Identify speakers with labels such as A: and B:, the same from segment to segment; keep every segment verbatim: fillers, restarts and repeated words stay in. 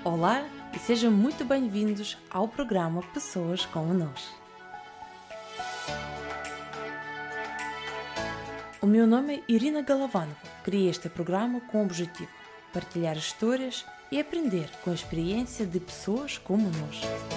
A: Olá e sejam muito bem-vindos ao programa Pessoas como Nós. O meu nome é Irina Galavanova. Criei este programa com o objetivo de partilhar histórias e aprender com a experiência de pessoas como nós.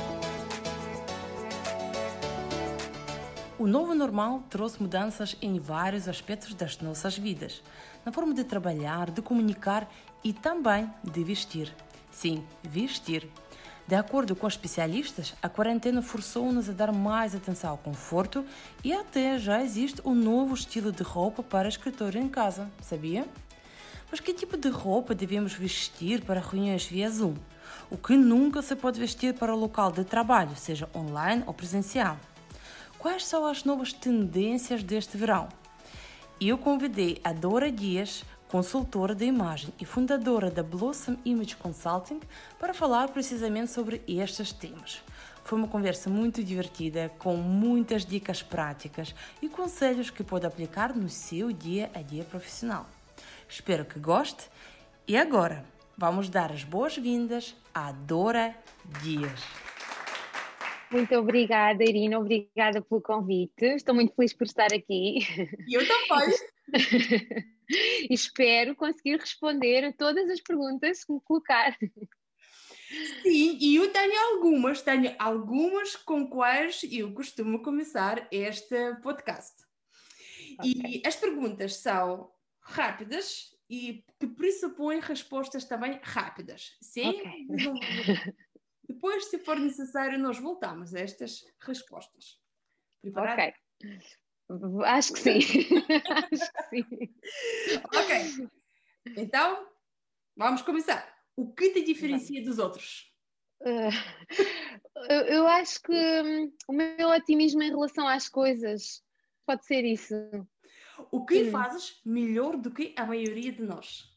A: O novo normal trouxe mudanças em vários aspectos das nossas vidas, na forma de trabalhar, de comunicar e também de vestir. Sim, vestir. De acordo com especialistas, a quarentena forçou-nos a dar mais atenção ao conforto e até já existe um novo estilo de roupa para escritório em casa, sabia? Mas que tipo de roupa devemos vestir para reuniões via Zoom? O que nunca se pode vestir para o local de trabalho, seja online ou presencial? Quais são as novas tendências deste verão? Eu convidei a Dora Dias, consultora de imagem e fundadora da Blossom Image Consulting, para falar precisamente sobre estes temas. Foi uma conversa muito divertida, com muitas dicas práticas e conselhos que pode aplicar no seu dia a dia profissional. Espero que goste. E agora, vamos dar as boas-vindas à Dora Dias.
B: Muito obrigada, Irina, obrigada pelo convite. Estou muito feliz por estar aqui.
A: E eu também.
B: E espero conseguir responder a todas as perguntas que me colocar.
A: Sim, e eu tenho algumas, tenho algumas com quais eu costumo começar este podcast. Okay. E as perguntas são rápidas e que pressupõem respostas também rápidas. Sim? Okay. Depois, se for necessário, nós voltamos a estas respostas. Preparado?
B: Ok. Acho que sim. Acho que sim.
A: Ok. Então, vamos começar. O que te diferencia dos outros?
B: Uh, eu, eu acho que um, o meu otimismo em relação às coisas pode ser isso.
A: O que hum. fazes melhor do que a maioria de nós?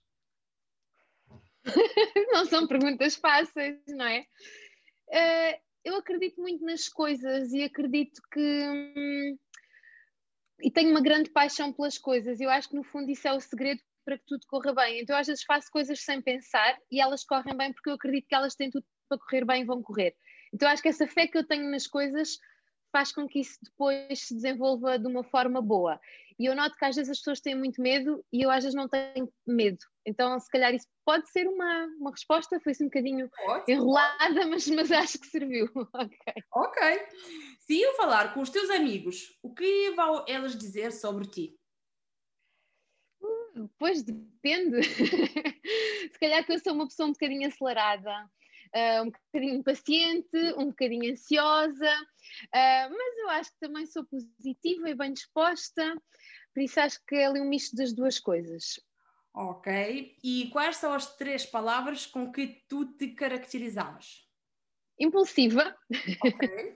B: Não são perguntas fáceis, não é? Uh, eu acredito muito nas coisas e acredito que... Hum, e tenho uma grande paixão pelas coisas. Eu acho que, no fundo, isso é o segredo para que tudo corra bem. Então, às vezes, faço coisas sem pensar e elas correm bem porque eu acredito que elas têm tudo para correr bem e vão correr. Então, acho que essa fé que eu tenho nas coisas faz com que isso depois se desenvolva de uma forma boa. E eu noto que às vezes as pessoas têm muito medo e eu às vezes não tenho medo. Então, se calhar isso pode ser uma, uma resposta, foi-se um bocadinho pode, enrolada, pode. Mas, mas acho que serviu. Ok.
A: Ok. Se eu falar com os teus amigos, o que vão elas dizer sobre ti?
B: Uh, pois depende. Se calhar que eu sou uma pessoa um bocadinho acelerada. Uh, um bocadinho impaciente, um bocadinho ansiosa, uh, mas eu acho que também sou positiva e bem disposta, por isso acho que é ali um misto das duas coisas.
A: Ok. E quais são as três palavras com que tu te caracterizavas?
B: Impulsiva.
A: Ok.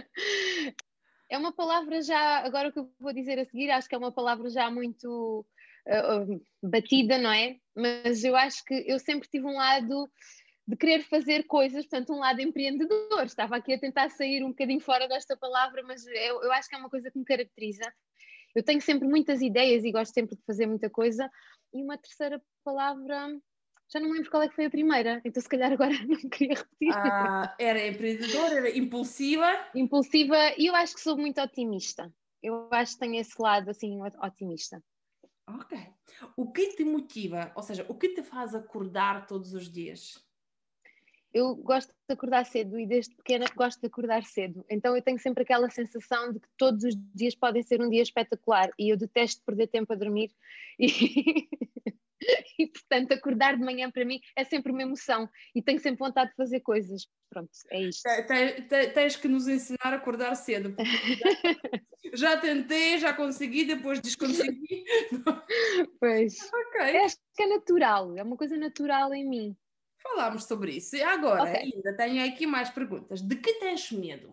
B: É uma palavra já, agora o que eu vou dizer a seguir, acho que é uma palavra já muito uh, batida, não é? Mas eu acho que eu sempre tive um lado de querer fazer coisas, portanto, um lado empreendedor. Estava aqui a tentar sair um bocadinho fora desta palavra, mas eu, eu acho que é uma coisa que me caracteriza. Eu tenho sempre muitas ideias e gosto sempre de fazer muita coisa. E uma terceira palavra, já não me lembro qual é que foi a primeira, então se calhar agora não queria repetir.
A: Ah, era empreendedora, era impulsiva?
B: Impulsiva, e eu acho que sou muito otimista. Eu acho que tenho esse lado, assim, otimista.
A: Ok. O que te motiva? Ou seja, o que te faz acordar todos os dias?
B: Eu gosto de acordar cedo e desde pequena gosto de acordar cedo. Então eu tenho sempre aquela sensação de que todos os dias podem ser um dia espetacular e eu detesto perder tempo a dormir e, e portanto acordar de manhã para mim é sempre uma emoção e tenho sempre vontade de fazer coisas. Pronto, é isto.
A: Tens, tens que nos ensinar a acordar cedo. Já, já tentei, já consegui, depois desconsegui.
B: Pois, okay. Acho que é natural, é uma coisa natural em mim.
A: Falámos sobre isso. E agora,
B: okay.
A: ainda tenho aqui mais perguntas. De que tens medo?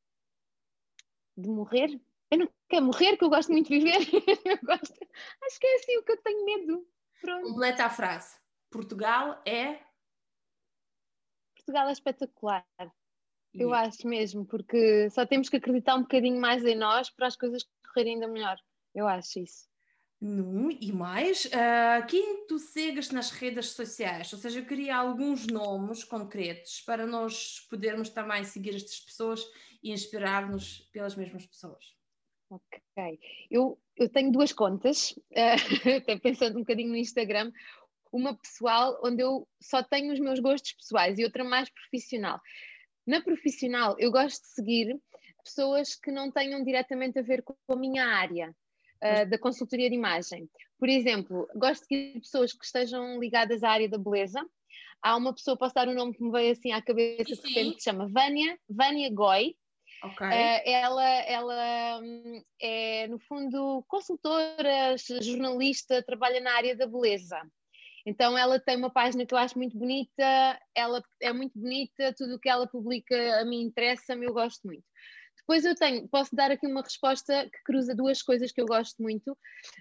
B: De morrer? Eu não quero morrer, que eu gosto muito de viver. Eu gosto... Acho que é assim o que eu tenho medo. Pronto.
A: Completa a frase. Portugal é...
B: Portugal é espetacular. Eu yeah. acho mesmo, porque só temos que acreditar um bocadinho mais em nós para as coisas correrem ainda melhor. Eu acho isso.
A: Não, e mais, ah, quem tu segues nas redes sociais? Ou seja, eu queria alguns nomes concretos para nós podermos também seguir estas pessoas e inspirar-nos pelas mesmas pessoas.
B: Ok. Eu, eu tenho duas contas, eh, até pensando um bocadinho no Instagram, uma pessoal onde eu só tenho os meus gostos pessoais e outra mais profissional. Na profissional, eu gosto de seguir pessoas que não tenham diretamente a ver com a minha área, uh, da consultoria de imagem. Por exemplo, gosto de seguir pessoas que estejam ligadas à área da beleza. Há uma pessoa, posso dar um nome que me veio assim à cabeça de repente,
A: Sim.
B: que se chama Vânia, Vânia Goy.
A: Ok.
B: Uh, ela, ela hum, é, no fundo, consultora, jornalista, trabalha na área da beleza. Então ela tem uma página que eu acho muito bonita, ela é muito bonita, tudo o que ela publica a mim interessa-me, eu gosto muito. Depois eu tenho, posso dar aqui uma resposta que cruza duas coisas que eu gosto muito.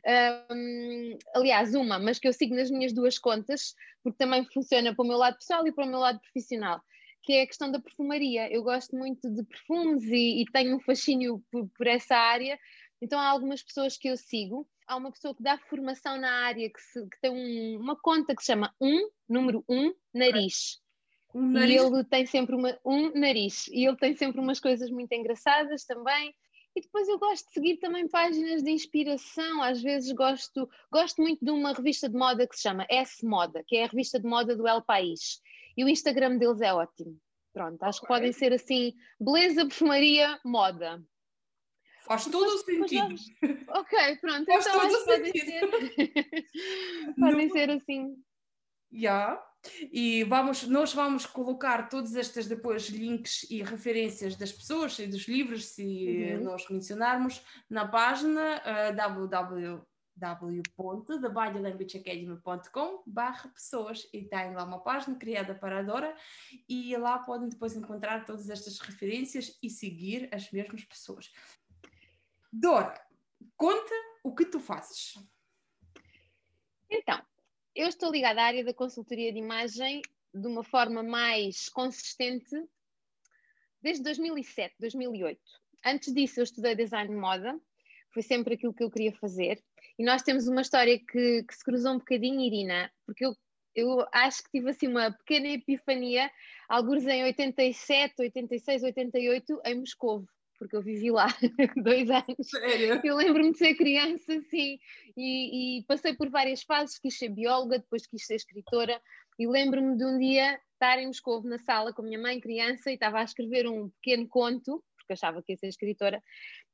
B: Um, aliás, uma, mas que eu sigo nas minhas duas contas, porque também funciona para o meu lado pessoal e para o meu lado profissional, que é a questão da perfumaria. Eu gosto muito de perfumes e, e tenho um fascínio por, por essa área, então há algumas pessoas que eu sigo. Há uma pessoa que dá formação na área, que, se, que tem um, uma conta que se chama um, número um, nariz.
A: Um
B: E
A: nariz.
B: ele tem sempre uma, um nariz. E ele tem sempre umas coisas muito engraçadas também. E depois eu gosto de seguir também páginas de inspiração. Às vezes gosto, gosto muito de uma revista de moda que se chama S Moda, que é a revista de moda do El País. E o Instagram deles é ótimo. Pronto, acho
A: Ok.
B: que podem ser assim, beleza, perfumaria, moda.
A: Faz todo
B: Depois,
A: o sentido.
B: depois, ok, pronto,
A: Faz
B: então
A: todo
B: acho
A: o
B: que podem
A: sentido.
B: ser, podem
A: No...
B: ser assim.
A: Yeah. E vamos, nós vamos colocar todos estes depois links e referências das pessoas e dos livros, se
B: Uhum.
A: nós mencionarmos, na página uh, w w w ponto the body language academy ponto com barra pessoas, e tem lá uma página criada para a Dora, e lá podem depois encontrar todas estas referências e seguir as mesmas pessoas. Dora, conta o que tu fazes.
B: Então, eu estou ligada à área da consultoria de imagem de uma forma mais consistente desde dois mil e sete, dois mil e oito. Antes disso, eu estudei design de moda, foi sempre aquilo que eu queria fazer. E nós temos uma história que, que se cruzou um bocadinho, Irina, porque eu, eu acho que tive assim uma pequena epifania, alguns em oitenta e sete, oitenta e seis, oitenta e oito, em Moscovo, porque eu vivi lá dois anos.
A: Sério?
B: Eu lembro-me de ser criança, sim, e, e passei por várias fases, quis ser bióloga, depois quis ser escritora, e lembro-me de um dia estar em Moscovo na sala com a minha mãe criança e estava a escrever um pequeno conto, porque achava que ia ser escritora,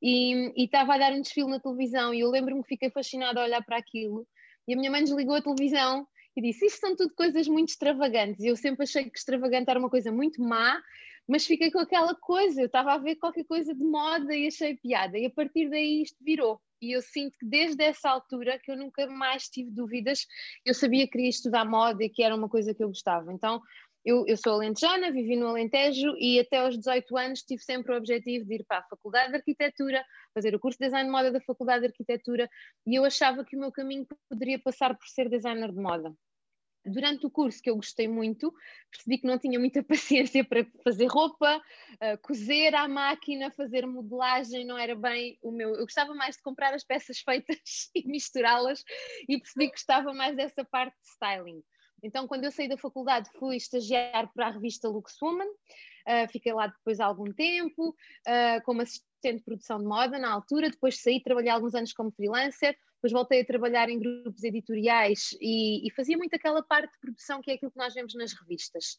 B: e, e estava a dar um desfile na televisão, e eu lembro-me que fiquei fascinada a olhar para aquilo, e a minha mãe desligou a televisão e disse, isto são tudo coisas muito extravagantes, e eu sempre achei que extravagante era uma coisa muito má, mas fiquei com aquela coisa, eu estava a ver qualquer coisa de moda e achei piada, e a partir daí isto virou. E eu sinto que desde essa altura que eu nunca mais tive dúvidas, eu sabia que queria estudar moda e que era uma coisa que eu gostava. Então, eu, eu sou alentejana, vivi no Alentejo e até aos dezoito anos tive sempre o objetivo de ir para a Faculdade de Arquitetura, fazer o curso de Design de Moda da Faculdade de Arquitetura, e eu achava que o meu caminho poderia passar por ser designer de moda. Durante o curso, que eu gostei muito, percebi que não tinha muita paciência para fazer roupa, uh, cozer à máquina, fazer modelagem, não era bem o meu. Eu gostava mais de comprar as peças feitas e misturá-las, e percebi que gostava mais dessa parte de styling. Então, quando eu saí da faculdade, fui estagiar para a revista Luxwoman, uh, fiquei lá depois há algum tempo, uh, como assistente de produção de moda na altura, depois saí, trabalhei alguns anos como freelancer, depois voltei a trabalhar em grupos editoriais e, e fazia muito aquela parte de produção que é aquilo que nós vemos nas revistas.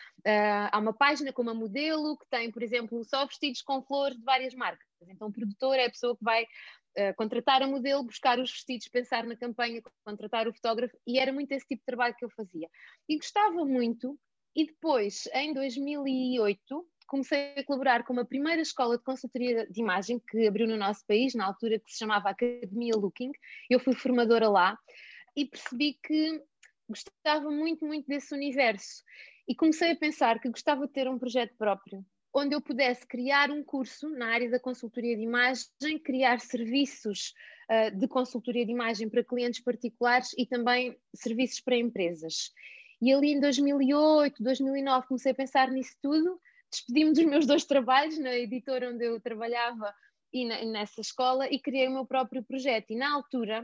B: Uh, há uma página com uma modelo que tem, por exemplo, só vestidos com flores de várias marcas. Então o produtor é a pessoa que vai uh, contratar a modelo, buscar os vestidos, pensar na campanha, contratar o fotógrafo, e era muito esse tipo de trabalho que eu fazia. E gostava muito, e depois, em dois mil e oito, comecei a colaborar com uma primeira escola de consultoria de imagem que abriu no nosso país, na altura, que se chamava Academia Looking. Eu fui formadora lá e percebi que gostava muito, muito desse universo. E comecei a pensar que gostava de ter um projeto próprio, onde eu pudesse criar um curso na área da consultoria de imagem, criar serviços uh, de consultoria de imagem para clientes particulares e também serviços para empresas. E ali em dois mil e oito, dois mil e nove comecei a pensar nisso tudo, despedi-me dos meus dois trabalhos, na editora onde eu trabalhava e na, nessa escola, e criei o meu próprio projeto. E na altura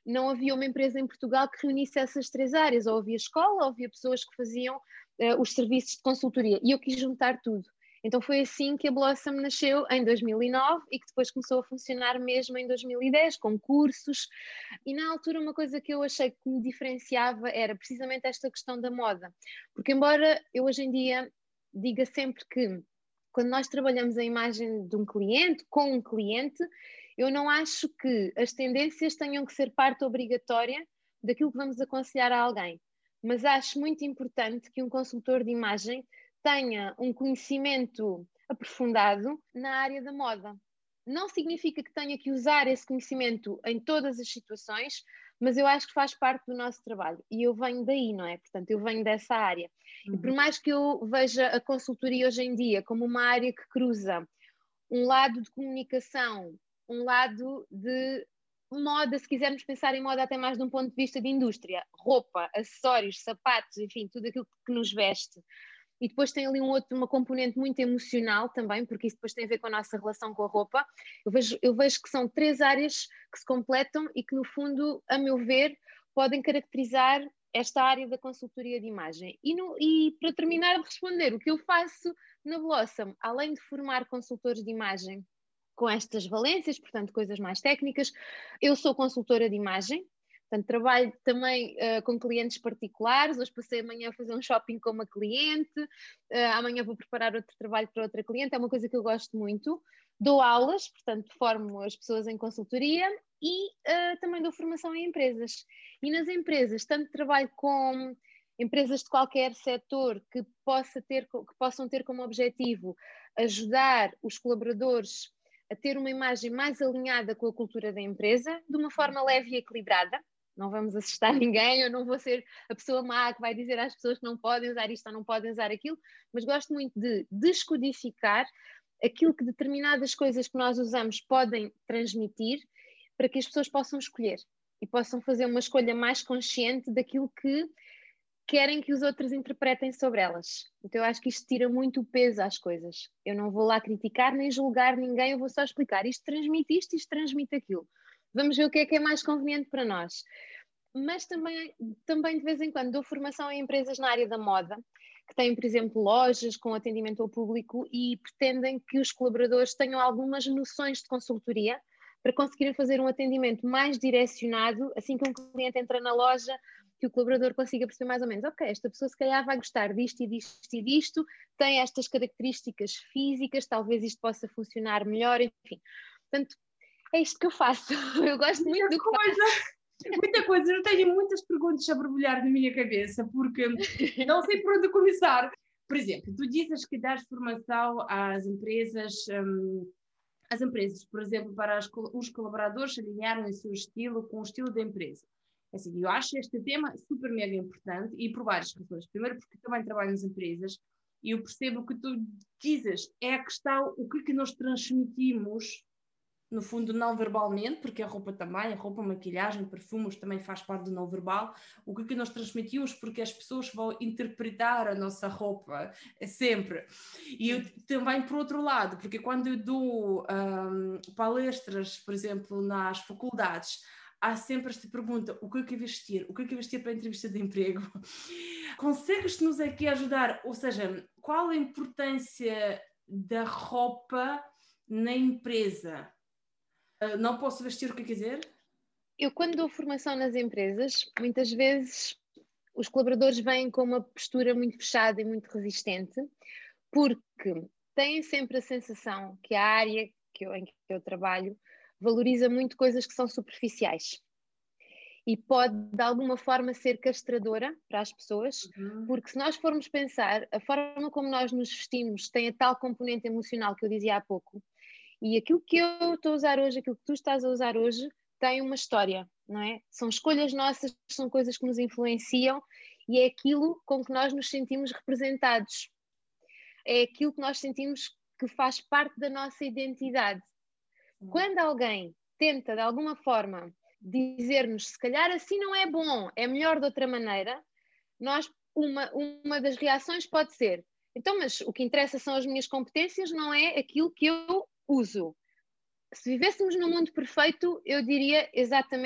B: não havia uma empresa em Portugal que reunisse essas três áreas, ou havia escola, ou havia pessoas que faziam uh, os serviços de consultoria, e eu quis juntar tudo. Então foi assim que a Blossom nasceu em dois mil e nove e que depois começou a funcionar mesmo em dois mil e dez, com cursos. E na altura uma coisa que eu achei que me diferenciava era precisamente esta questão da moda. Porque embora eu hoje em dia diga sempre que quando nós trabalhamos a imagem de um cliente, com um cliente, eu não acho que as tendências tenham que ser parte obrigatória daquilo que vamos aconselhar a alguém. Mas acho muito importante que um consultor de imagem tenha um conhecimento aprofundado na área da moda. Não significa que tenha que usar esse conhecimento em todas as situações, mas eu acho que faz parte do nosso trabalho. E eu venho daí, não é? Portanto, eu venho dessa área. Uhum. E por mais que eu veja a consultoria hoje em dia como uma área que cruza um lado de comunicação, um lado de moda, se quisermos pensar em moda até mais de um ponto de vista de indústria, roupa, acessórios, sapatos, enfim, tudo aquilo que nos veste. E depois tem ali um outro, uma componente muito emocional também, porque isso depois tem a ver com a nossa relação com a roupa. Eu vejo, eu vejo que são três áreas que se completam e que, no fundo, a meu ver, podem caracterizar esta área da consultoria de imagem. E, no, e para terminar de responder, o que eu faço na Blossom, além de formar consultores de imagem com estas valências, portanto, coisas mais técnicas, eu sou consultora de imagem. Portanto, trabalho também uh, com clientes particulares. Hoje passei amanhã a fazer um shopping com uma cliente, uh, amanhã vou preparar outro trabalho para outra cliente, é uma coisa que eu gosto muito. Dou aulas, portanto, formo as pessoas em consultoria e uh, também dou formação em empresas. E nas empresas, tanto trabalho com empresas de qualquer setor que, possa ter, que possam ter como objetivo ajudar os colaboradores a ter uma imagem mais alinhada com a cultura da empresa, de uma forma leve e equilibrada. Não vamos assustar ninguém, eu não vou ser a pessoa má que vai dizer às pessoas que não podem usar isto ou não podem usar aquilo, mas gosto muito de descodificar aquilo que determinadas coisas que nós usamos podem transmitir para que as pessoas possam escolher e possam fazer uma escolha mais consciente daquilo que querem que os outros interpretem sobre elas. Então eu acho que isto tira muito o peso às coisas. Eu não vou lá criticar nem julgar ninguém, eu vou só explicar. Isto transmite isto, isto transmite aquilo. Vamos ver o que é que é mais conveniente para nós. Mas também, também de vez em quando dou formação a empresas na área da moda, que têm, por exemplo, lojas com atendimento ao público e pretendem que os colaboradores tenham algumas noções de consultoria para conseguirem fazer um atendimento mais direcionado, assim que um cliente entra na loja, que o colaborador consiga perceber mais ou menos, ok, esta pessoa se calhar vai gostar disto e disto e disto, tem estas características físicas, talvez isto possa funcionar melhor, enfim. Portanto, é isto que eu faço. Eu gosto
C: muita
B: muito do que
C: coisa, faço. Muita coisa. Eu tenho muitas perguntas a borbulhar na minha cabeça, porque não sei por onde começar. Por exemplo, tu dizes que dás formação às empresas, um, às empresas, por exemplo, para as, os colaboradores alinharem o seu estilo com o estilo da empresa. Assim, eu acho este tema super mega importante e por várias razões. Primeiro porque também trabalho nas empresas e eu percebo o que tu dizes. É a questão, o que é que nós transmitimos, no fundo, não verbalmente, porque a roupa também, a roupa, a maquilhagem, perfumes também faz parte do não verbal. O que é que nós transmitimos, porque as pessoas vão interpretar a nossa roupa sempre. E eu também, por outro lado, porque quando eu dou um, palestras, por exemplo, nas faculdades, há sempre esta pergunta, o que é que é vestir? O que é que é vestir para a entrevista de emprego? Consegues-nos aqui ajudar? Ou seja, qual a importância da roupa na empresa? Não posso vestir o que quiser?
B: Eu, quando dou formação nas empresas, muitas vezes os colaboradores vêm com uma postura muito fechada e muito resistente, porque têm sempre a sensação que a área que eu, em que eu trabalho valoriza muito coisas que são superficiais e pode de alguma forma ser castradora para as pessoas, uhum. Porque se nós formos pensar, a forma como nós nos vestimos tem a tal componente emocional que eu dizia há pouco, e aquilo que eu estou a usar hoje, aquilo que tu estás a usar hoje, tem uma história, não é? São escolhas nossas, são coisas que nos influenciam e é aquilo com que nós nos sentimos representados. É aquilo que nós sentimos que faz parte da nossa identidade. Quando alguém tenta, de alguma forma, dizer-nos se calhar assim não é bom, é melhor de outra maneira, nós, uma, uma das reações pode ser, então, mas o que interessa são as minhas competências, não é aquilo que eu uso. Se vivêssemos num mundo perfeito, eu diria exatamente,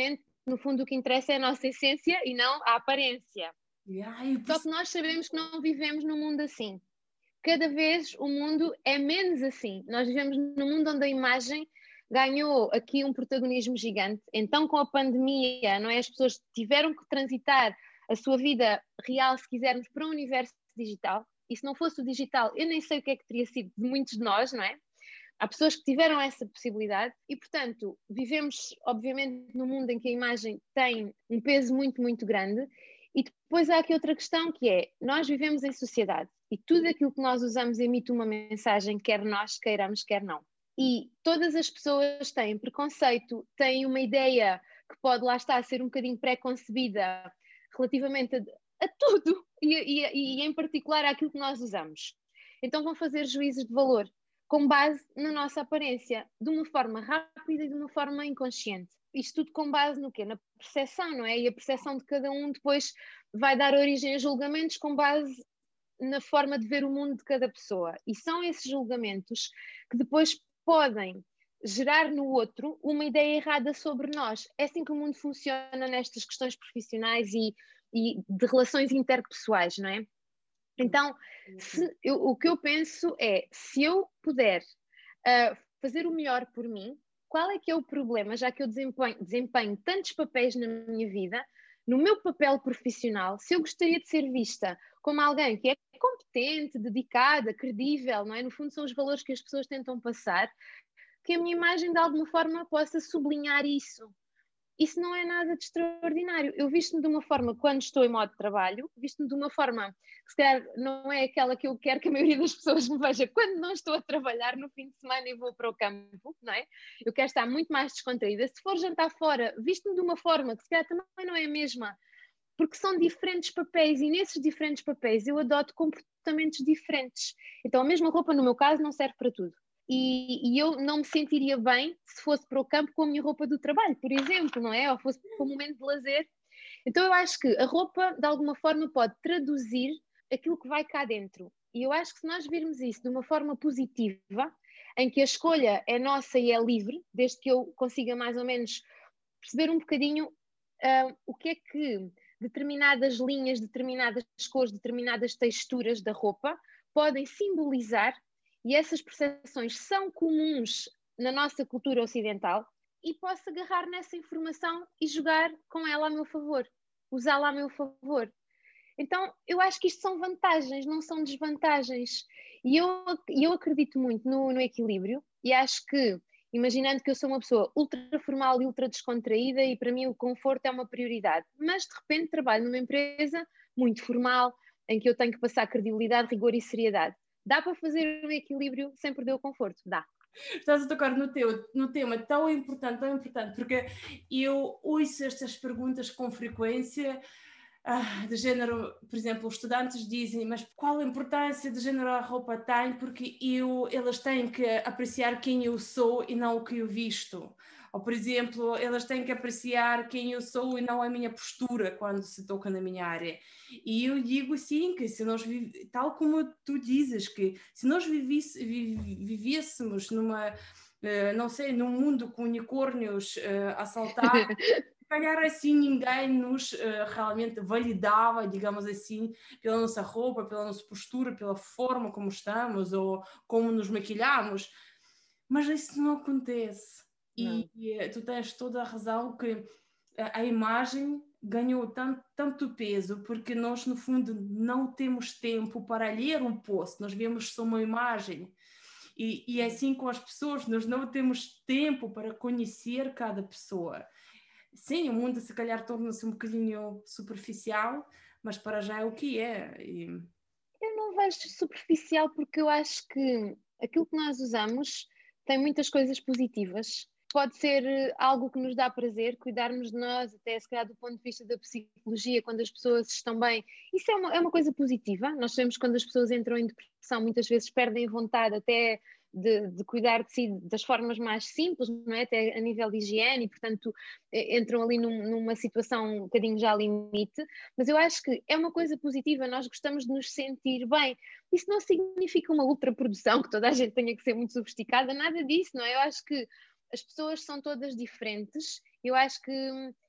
B: no fundo o que interessa é a nossa essência e não a aparência.
C: Ai,
B: Só que nós sabemos que não vivemos num mundo assim. Cada vez o mundo é menos assim. Nós vivemos num mundo onde a imagem ganhou aqui um protagonismo gigante. Então, com a pandemia, não é? As pessoas tiveram que transitar a sua vida real, se quisermos, para um universo digital. E se não fosse o digital, eu nem sei o que é que teria sido de muitos de nós, não é? Há pessoas que tiveram essa possibilidade e, portanto, vivemos, obviamente, num mundo em que a imagem tem um peso muito, muito grande. E depois há aqui outra questão que é, nós vivemos em sociedade e tudo aquilo que nós usamos emite uma mensagem, quer nós queiramos, quer não. E todas as pessoas têm preconceito, têm uma ideia que pode lá estar a ser um bocadinho pré-concebida relativamente a, a tudo e, e, e em particular àquilo que nós usamos. Então vão fazer juízos de valor com base na nossa aparência, de uma forma rápida e de uma forma inconsciente. Isto tudo com base no quê? Na percepção, não é? E a percepção de cada um depois vai dar origem a julgamentos com base na forma de ver o mundo de cada pessoa. E são esses julgamentos que depois podem gerar no outro uma ideia errada sobre nós. É assim que o mundo funciona nestas questões profissionais e, e de relações interpessoais, não é? Então, se, eu, o que eu penso é, se eu puder uh, fazer o melhor por mim, qual é que é o problema, já que eu desempenho, desempenho tantos papéis na minha vida, no meu papel profissional, se eu gostaria de ser vista como alguém que é competente, dedicada, credível, não é? No fundo são os valores que as pessoas tentam passar, que a minha imagem de alguma forma possa sublinhar isso. Isso não é nada de extraordinário. Eu visto-me de uma forma, quando estou em modo de trabalho, visto-me de uma forma que se calhar não é aquela que eu quero que a maioria das pessoas me veja quando não estou a trabalhar no fim de semana e vou para o campo, não é? Eu quero estar muito mais descontraída. Se for jantar fora, visto-me de uma forma que se calhar também não é a mesma, porque são diferentes papéis e nesses diferentes papéis eu adoto comportamentos diferentes. Então a mesma roupa, no meu caso, não serve para tudo. E, e eu não me sentiria bem se fosse para o campo com a minha roupa do trabalho, por exemplo, não é? Ou fosse para um momento de lazer. Então eu acho que a roupa, de alguma forma, pode traduzir aquilo que vai cá dentro. E eu acho que se nós virmos isso de uma forma positiva, em que a escolha é nossa e é livre, desde que eu consiga mais ou menos perceber um bocadinho uh, o que é que determinadas linhas, determinadas cores, determinadas texturas da roupa podem simbolizar. E essas percepções são comuns na nossa cultura ocidental e posso agarrar nessa informação e jogar com ela a meu favor, usá-la a meu favor. Então, eu acho que isto são vantagens, não são desvantagens. E eu, eu acredito muito no, no equilíbrio e acho que, imaginando que eu sou uma pessoa ultra formal e ultra descontraída e para mim o conforto é uma prioridade, mas de repente trabalho numa empresa muito formal, em que eu tenho que passar credibilidade, rigor e seriedade. Dá para fazer um equilíbrio sem perder o conforto? Dá.
C: Estás a tocar no, teu, no tema tão importante, tão importante, porque eu ouço estas perguntas com frequência, ah, de género, por exemplo, os estudantes dizem, mas qual a importância de género a roupa tem, porque eu, elas têm que apreciar quem eu sou e não o que eu visto. Ou, por exemplo, elas têm que apreciar quem eu sou e não a minha postura quando se toca na minha área. E eu digo sim, que se nós, tal como tu dizes, que se nós vivisse, vivêssemos numa, uh, não sei, num mundo com unicórnios uh, a saltar, se calhar assim ninguém nos uh, realmente validava, digamos assim, pela nossa roupa, pela nossa postura, pela forma como estamos ou como nos maquilhamos. Mas isso não acontece. E, e tu tens toda a razão que a, a imagem ganhou tanto, tanto peso porque nós, no fundo, não temos tempo para ler um post, nós vemos só uma imagem. E, e assim com as pessoas, nós não temos tempo para conhecer cada pessoa. Sim, o mundo se calhar torna-se um bocadinho superficial, mas para já é o que é. E...
B: Eu não vejo superficial porque eu acho que aquilo que nós usamos tem muitas coisas positivas. Pode ser algo que nos dá prazer, cuidarmos de nós, até se calhar do ponto de vista da psicologia, quando as pessoas estão bem. Isso é uma, é uma coisa positiva. Nós sabemos que quando as pessoas entram em depressão, muitas vezes perdem vontade até de, de cuidar de si das formas mais simples, não é? Até a nível de higiene, e portanto entram ali num, numa situação um bocadinho já limite. Mas eu acho que é uma coisa positiva, nós gostamos de nos sentir bem. Isso não significa uma ultraprodução, que toda a gente tenha que ser muito sofisticada, nada disso, não é? Eu acho que as pessoas são todas diferentes. Eu acho que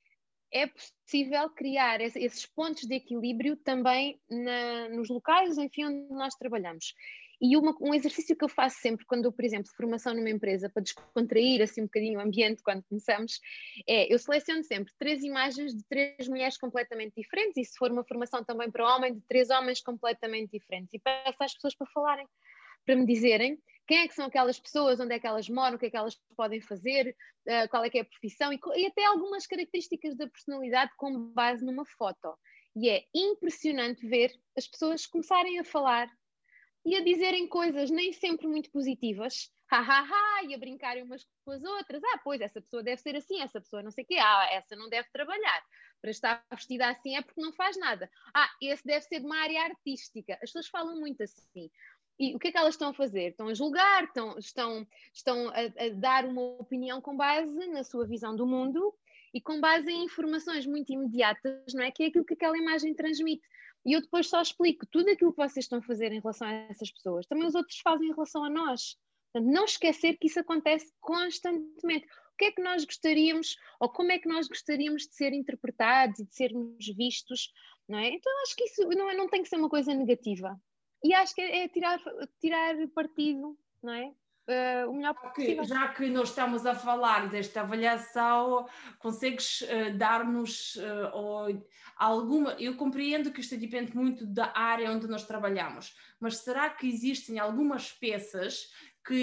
B: é possível criar esses pontos de equilíbrio também na, nos locais, enfim, onde nós trabalhamos. E uma, um exercício que eu faço sempre quando eu, por exemplo, formação numa empresa, para descontrair assim um bocadinho o ambiente quando começamos, é, eu seleciono sempre três imagens de três mulheres completamente diferentes, e se for uma formação também para homem, de três homens completamente diferentes, e peço às pessoas para falarem, para me dizerem quem é que são aquelas pessoas, onde é que elas moram, o que é que elas podem fazer, uh, qual é que é a profissão, e, e até algumas características da personalidade com base numa foto. E é impressionante ver as pessoas começarem a falar e a dizerem coisas nem sempre muito positivas, ha, ha, ha, e a brincarem umas com as outras. Ah, pois, essa pessoa deve ser assim, essa pessoa não sei o quê, ah, essa não deve trabalhar. Para estar vestida assim é porque não faz nada. Ah, esse deve ser de uma área artística. As pessoas falam muito assim. E o que é que elas estão a fazer? Estão a julgar, estão, estão, estão a, a dar uma opinião com base na sua visão do mundo e com base em informações muito imediatas, não é? Que é aquilo que aquela imagem transmite. E eu depois só explico tudo aquilo que vocês estão a fazer em relação a essas pessoas. Também os outros fazem em relação a nós. Portanto, não esquecer que isso acontece constantemente. O que é que nós gostaríamos, ou como é que nós gostaríamos de ser interpretados e de sermos vistos, não é? Então acho que isso não, é, não tem que ser uma coisa negativa. E acho que é, é tirar, tirar partido, não é? Uh, o melhor possível.
C: Já que nós estamos a falar desta avaliação, consegues uh, dar-nos uh, alguma... Eu compreendo que isto depende muito da área onde nós trabalhamos, mas será que existem algumas peças que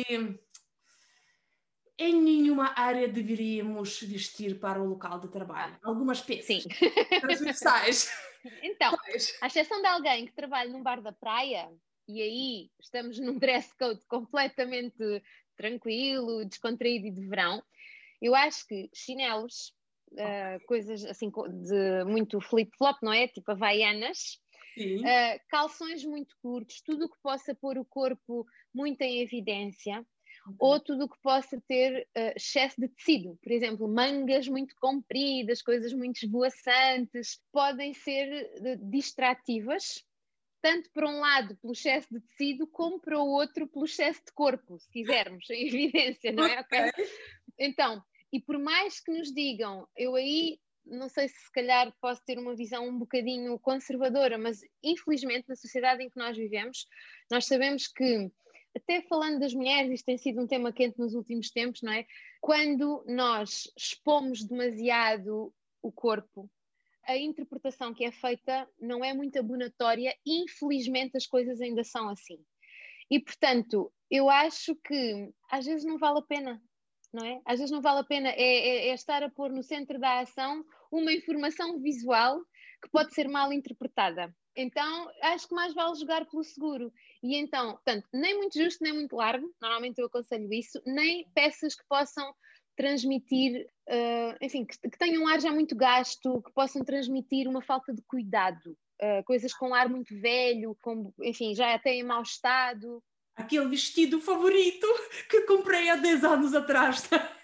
C: em nenhuma área deveríamos vestir para o local de trabalho? Algumas peças.
B: Sim.
C: Transversais.
B: Então, à exceção de alguém que trabalha num bar da praia, e aí estamos num dress code completamente tranquilo, descontraído e de verão, eu acho que chinelos, uh, coisas assim de muito flip-flop, não é? Tipo havaianas, uh, calções muito curtos, tudo o que possa pôr o corpo muito em evidência, uhum. Ou tudo o que possa ter uh, excesso de tecido, por exemplo, mangas muito compridas, coisas muito esvoaçantes, podem ser uh, distrativas, tanto para um lado pelo excesso de tecido, como para o outro pelo excesso de corpo, se quisermos, em evidência, não é? Okay. Okay? Então, e por mais que nos digam, eu aí, não sei se se calhar posso ter uma visão um bocadinho conservadora, mas infelizmente na sociedade em que nós vivemos, nós sabemos que, até falando das mulheres, isto tem sido um tema quente nos últimos tempos, não é? Quando nós expomos demasiado o corpo, a interpretação que é feita não é muito abonatória, infelizmente as coisas ainda são assim. E, portanto, eu acho que às vezes não vale a pena, não é? Às vezes não vale a pena, é, é, é estar a pôr no centro da ação uma informação visual que pode ser mal interpretada. Então, acho que mais vale jogar pelo seguro. E então, portanto, nem muito justo, nem muito largo, normalmente eu aconselho isso, nem peças que possam transmitir, uh, enfim, que, que tenham um ar já muito gasto, que possam transmitir uma falta de cuidado, uh, coisas com ar muito velho, com, enfim, já até em mau estado.
C: Aquele vestido favorito que comprei há dez anos atrás.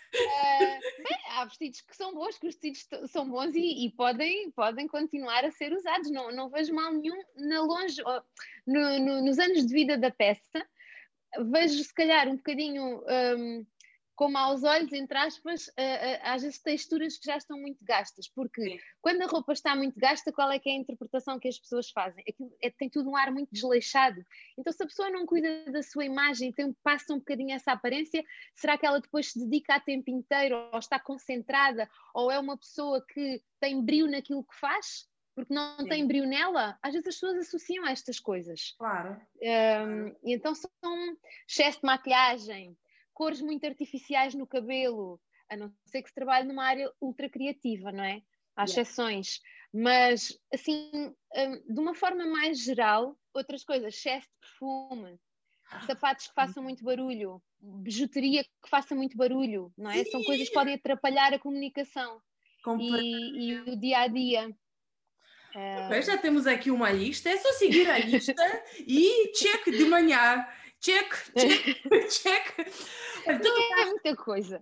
B: Uh, bem, há vestidos que são bons, que os vestidos são bons e, e podem, podem continuar a ser usados, não, não vejo mal nenhum na longe, no, no, nos anos de vida da peça, vejo se calhar um bocadinho um, com maus olhos, entre aspas, uh, uh, às vezes texturas que já estão muito gastas, porque Sim. quando a roupa está muito gasta, qual é que é a interpretação que as pessoas fazem? Aquilo é, tem tudo um ar muito desleixado. Então, se a pessoa não cuida da sua imagem e tem, passa um bocadinho essa aparência, será que ela depois se dedica a tempo inteiro, ou está concentrada, ou é uma pessoa que tem brio naquilo que faz? Porque não Sim. tem brio nela? Às vezes as pessoas associam a estas coisas.
C: Claro.
B: Um, claro. E então são excesso de maquilhagem, cores muito artificiais no cabelo, a não ser que se trabalhe numa área ultra criativa, não é? Há exceções. Mas, assim, de uma forma mais geral, outras coisas, excesso de perfume, sapatos que façam muito barulho, bijuteria que faça muito barulho, não é? Sim. São coisas que podem atrapalhar a comunicação e, e o dia-a-dia.
C: Okay, já temos aqui uma lista, é só seguir a lista e check de manhã. Check, check, check.
B: Mas não tocaste... é muita coisa.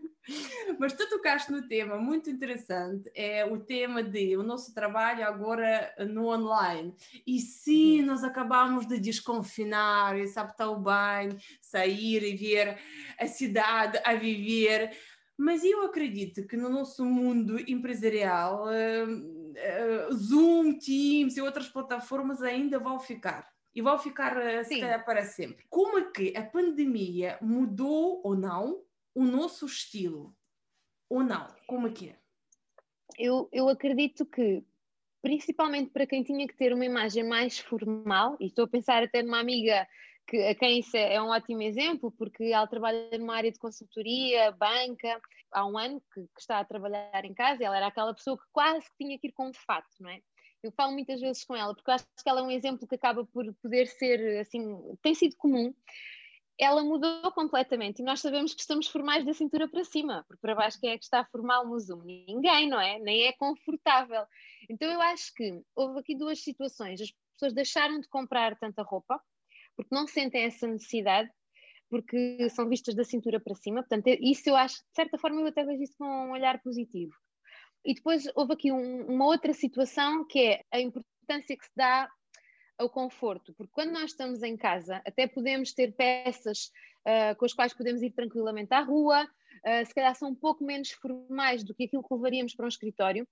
C: Mas tu tocaste no tema muito interessante, é o tema de o nosso trabalho agora no online. E sim, nós acabamos de desconfinar, e sabe tão bem, sair e ver a cidade a viver. Mas eu acredito que no nosso mundo empresarial, uh, uh, Zoom, Teams e outras plataformas ainda vão ficar. E vão ficar, uh, se
B: Sim.
C: calhar, para sempre. Como é que a pandemia mudou ou não o nosso estilo? Ou não? Como é que é?
B: Eu, eu acredito que, principalmente para quem tinha que ter uma imagem mais formal, e estou a pensar até numa amiga que, a quem isso é, é um ótimo exemplo, porque ela trabalha numa área de consultoria, banca, há um ano que, que está a trabalhar em casa, e ela era aquela pessoa que quase que tinha que ir com um fato, não é? Eu falo muitas vezes com ela, porque eu acho que ela é um exemplo que acaba por poder ser, assim, tem sido comum. Ela mudou completamente e nós sabemos que estamos formais da cintura para cima, porque para baixo quem é que está formal no Zoom? Ninguém, não é? Nem é confortável. Então eu acho que houve aqui duas situações. As pessoas deixaram de comprar tanta roupa, porque não sentem essa necessidade, porque são vistas da cintura para cima. Portanto, isso eu acho, de certa forma, eu até vejo isso com um olhar positivo. E depois houve aqui um, uma outra situação que é a importância que se dá ao conforto, porque quando nós estamos em casa, até podemos ter peças uh, com as quais podemos ir tranquilamente à rua, uh, se calhar são um pouco menos formais do que aquilo que levaríamos para um escritório,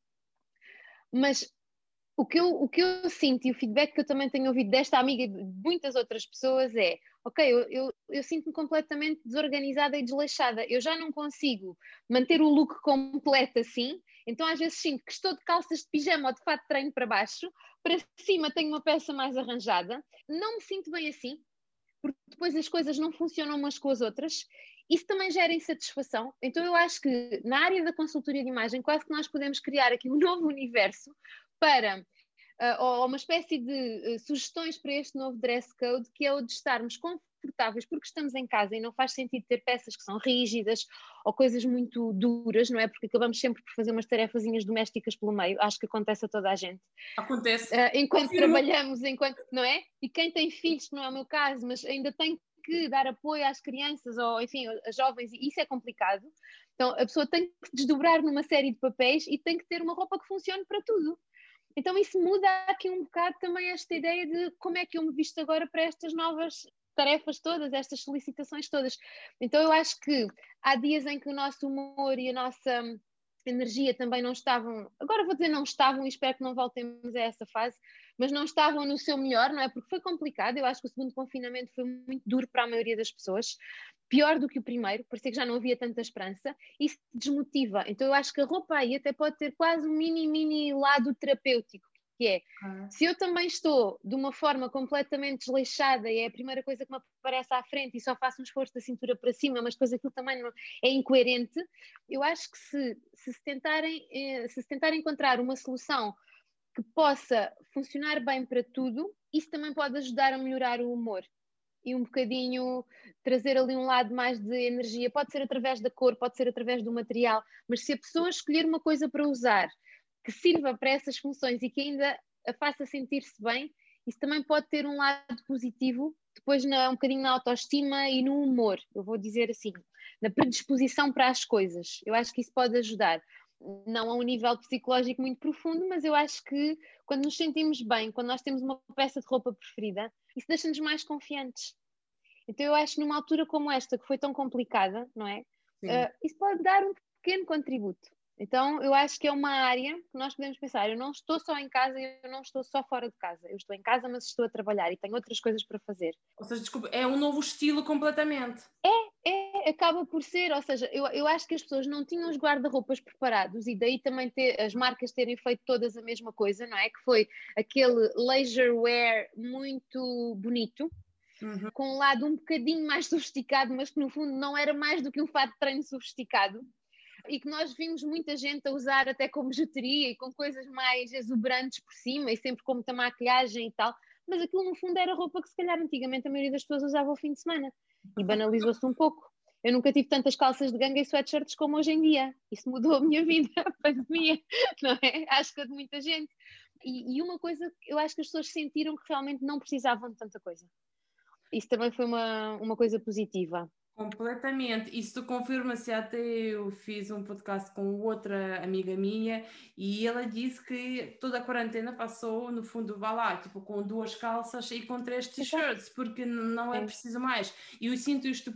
B: mas o que, eu, o que eu sinto e o feedback que eu também tenho ouvido desta amiga e de muitas outras pessoas é, ok, eu, eu, eu sinto-me completamente desorganizada e desleixada, eu já não consigo manter o look completo assim, então às vezes sinto que estou de calças de pijama ou de fato de treino para baixo, para cima tenho uma peça mais arranjada, não me sinto bem assim, porque depois as coisas não funcionam umas com as outras, isso também gera insatisfação. Então eu acho que na área da consultoria de imagem quase que nós podemos criar aqui um novo universo para, uh, ou uma espécie de uh, sugestões para este novo dress code, que é o de estarmos confortáveis porque estamos em casa e não faz sentido ter peças que são rígidas ou coisas muito duras, não é? Porque acabamos sempre por fazer umas tarefazinhas domésticas pelo meio, acho que acontece a toda a gente.
C: Acontece.
B: Uh, enquanto
C: Confirmo.
B: trabalhamos, enquanto, não é? E quem tem filhos, que não é o meu caso, mas ainda tem que dar apoio às crianças ou, enfim, às jovens, e isso é complicado. Então, a pessoa tem que desdobrar numa série de papéis e tem que ter uma roupa que funcione para tudo. Então isso muda aqui um bocado também esta ideia de como é que eu me visto agora para estas novas tarefas todas, estas solicitações todas. Então eu acho que há dias em que o nosso humor e a nossa energia também não estavam, agora vou dizer não estavam e espero que não voltemos a essa fase, mas não estavam no seu melhor, não é? Porque foi complicado, eu acho que o segundo confinamento foi muito duro para a maioria das pessoas, pior do que o primeiro, parecia que já não havia tanta esperança, isso desmotiva. Então eu acho que a roupa aí até pode ter quase um mini, mini lado terapêutico, que é, ah. se eu também estou de uma forma completamente desleixada e é a primeira coisa que me aparece à frente e só faço um esforço da cintura para cima, mas depois aquilo também não, é incoerente, eu acho que se, se, se, tentarem, se se tentarem encontrar uma solução que possa funcionar bem para tudo, isso também pode ajudar a melhorar o humor. E um bocadinho trazer ali um lado mais de energia, pode ser através da cor, pode ser através do material, mas se a pessoa escolher uma coisa para usar que sirva para essas funções e que ainda a faça sentir-se bem, isso também pode ter um lado positivo, depois na, um bocadinho na autoestima e no humor, eu vou dizer assim, na predisposição para as coisas. Eu acho que isso pode ajudar. Não a um nível psicológico muito profundo, mas eu acho que quando nos sentimos bem, quando nós temos uma peça de roupa preferida, isso deixa-nos mais confiantes. Então eu acho que numa altura como esta, que foi tão complicada, não é? Uh, isso pode dar um pequeno contributo. Então eu acho que é uma área que nós podemos pensar, eu não estou só em casa, eu não estou só fora de casa, eu estou em casa, mas estou a trabalhar e tenho outras coisas para fazer.
C: Ou seja, desculpa, é um novo estilo completamente.
B: É, é, acaba por ser, ou seja, eu, eu acho que as pessoas não tinham os guarda-roupas preparados e daí também ter, as marcas terem feito todas a mesma coisa, não é? Que foi aquele leisure wear muito bonito, uhum. com um lado um bocadinho mais sofisticado, mas que no fundo não era mais do que um fato de treino sofisticado. E que nós vimos muita gente a usar até com bijuteria e com coisas mais exuberantes por cima e sempre com muita maquilhagem e tal, mas aquilo no fundo era roupa que se calhar antigamente a maioria das pessoas usava ao fim de semana e banalizou-se um pouco. Eu nunca tive tantas calças de ganga e sweatshirts como hoje em dia. Isso mudou a minha vida, a pandemia, não é? Acho que é de muita gente. E, e uma coisa que eu acho que as pessoas sentiram que realmente não precisavam de tanta coisa. Isso também foi uma, uma coisa positiva.
C: Completamente, isso confirma-se. Até eu fiz um podcast com outra amiga minha e ela disse que toda a quarentena passou, no fundo, vá lá, tipo, com duas calças e com três t-shirts, porque não é preciso mais. E eu sinto isto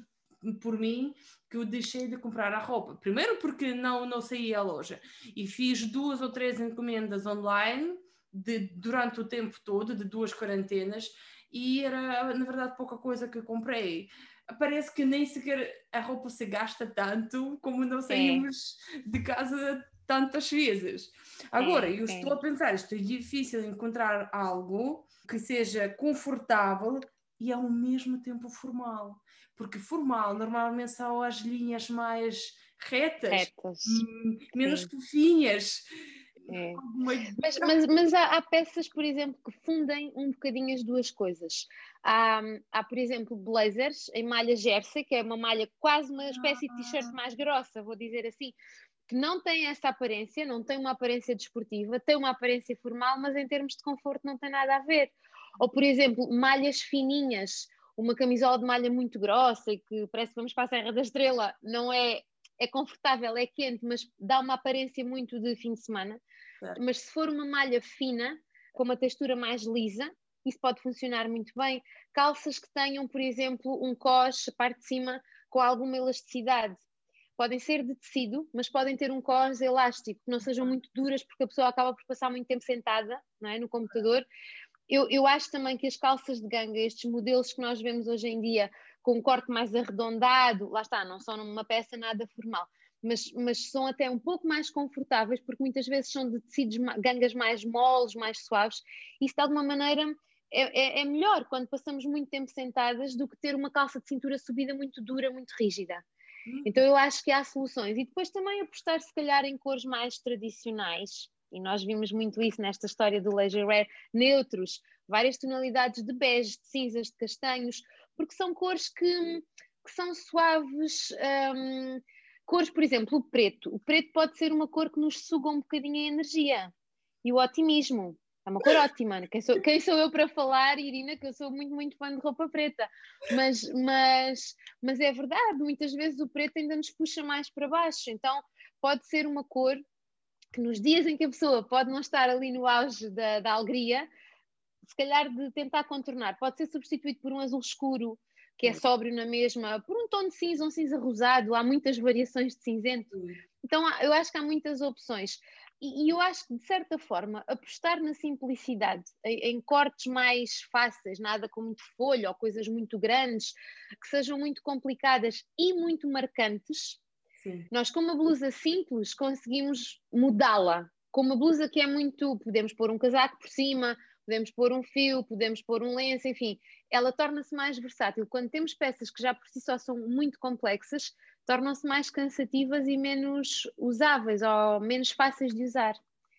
C: por mim que eu deixei de comprar a roupa. Primeiro porque não, não saía à loja. E fiz duas ou três encomendas online de, durante o tempo todo, de duas quarentenas, e era, na verdade, pouca coisa que eu comprei. Parece que nem sequer a roupa se gasta tanto como não saímos é. de casa tantas vezes. Agora, é, eu estou é. a pensar, isto é difícil encontrar algo que seja confortável e ao mesmo tempo formal. Porque formal normalmente são as linhas mais retas, retas. Hum, menos Sim. fofinhas.
B: É. Mas, mas, mas há, há peças, por exemplo, que fundem um bocadinho as duas coisas. Há, há, por exemplo, blazers em malha jersey, que é uma malha quase uma espécie de t-shirt mais grossa, vou dizer assim, que não tem essa aparência, não tem uma aparência desportiva, tem uma aparência formal, mas em termos de conforto não tem nada a ver. Ou, por exemplo, malhas fininhas, uma camisola de malha muito grossa e que parece que vamos para a Serra da Estrela, não é, é confortável, é quente, mas dá uma aparência muito de fim de semana. Certo. Mas se for uma malha fina, com uma textura mais lisa, isso pode funcionar muito bem. Calças que tenham, por exemplo, um cós, a parte de cima, com alguma elasticidade. Podem ser de tecido, mas podem ter um cós elástico, que não sejam muito duras, porque a pessoa acaba por passar muito tempo sentada, não é, no computador. Eu, eu acho também que as calças de ganga, estes modelos que nós vemos hoje em dia, com um corte mais arredondado, lá está, não são uma peça nada formal, mas, mas são até um pouco mais confortáveis, porque muitas vezes são de tecidos, gangas mais moles, mais suaves. Isso de alguma maneira é, é, é melhor quando passamos muito tempo sentadas do que ter uma calça de cintura subida muito dura, muito rígida. Então eu acho que há soluções. E depois também apostar se calhar em cores mais tradicionais, e nós vimos muito isso nesta história do leisure wear, neutros, várias tonalidades de bege, de cinzas, de castanhos, porque são cores que, que são suaves, hum, cores, por exemplo, o preto. O preto pode ser uma cor que nos suga um bocadinho a energia e o otimismo. É uma cor ótima. Quem sou, quem sou eu para falar, Irina, que eu sou muito, muito fã de roupa preta. Mas, mas, mas é verdade, muitas vezes o preto ainda nos puxa mais para baixo. Então pode ser uma cor que nos dias em que a pessoa pode não estar ali no auge da, da alegria, se calhar de tentar contornar. Pode ser substituído por um azul escuro, que é sóbrio na mesma, por um tom de cinza, um cinza rosado. Há muitas variações de cinzento. Então eu acho que há muitas opções. E, e eu acho que, de certa forma, apostar na simplicidade, em, em cortes mais fáceis, nada com muito folho ou coisas muito grandes, que sejam muito complicadas e muito marcantes. Sim. Nós, com uma blusa simples, conseguimos mudá-la. Com uma blusa que é muito... Podemos pôr um casaco por cima, podemos pôr um fio, podemos pôr um lenço, enfim. Ela torna-se mais versátil. Quando temos peças que já por si só são muito complexas, tornam-se mais cansativas e menos usáveis ou menos fáceis de usar.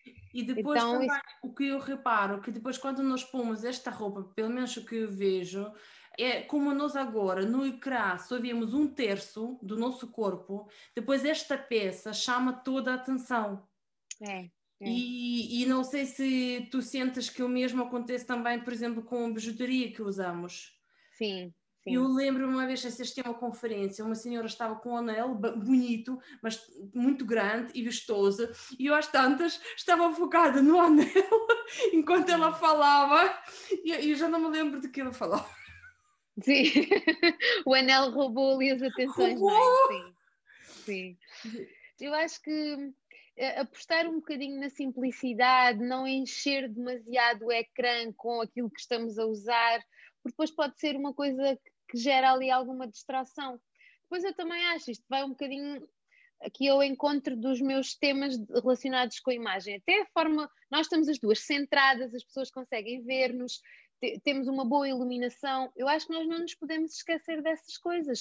C: E depois então, também, isso... o que eu reparo, que depois quando nós pomos esta roupa, pelo menos o que eu vejo, é como nós agora no ecrã só vemos um terço do nosso corpo, depois esta peça chama toda a atenção.
B: É, é.
C: E, e não sei se tu sentes que o mesmo acontece também, por exemplo, com a bijuteria que usamos.
B: Sim. Sim.
C: Eu lembro-me uma vez assisti a uma conferência, uma senhora estava com um anel bonito, mas muito grande e vistoso, e eu às tantas estava focada no anel enquanto ela falava, e eu já não me lembro de que ela falava.
B: Sim, o anel roubou ali as atenções, não é? Sim. Sim. Eu acho que apostar um bocadinho na simplicidade, não encher demasiado o ecrã com aquilo que estamos a usar, porque depois pode ser uma coisa que gera ali alguma distração. Depois eu também acho, isto vai um bocadinho aqui ao encontro dos meus temas relacionados com a imagem. Até a forma, nós estamos as duas centradas, as pessoas conseguem ver-nos, te, temos uma boa iluminação. Eu acho que nós não nos podemos esquecer dessas coisas.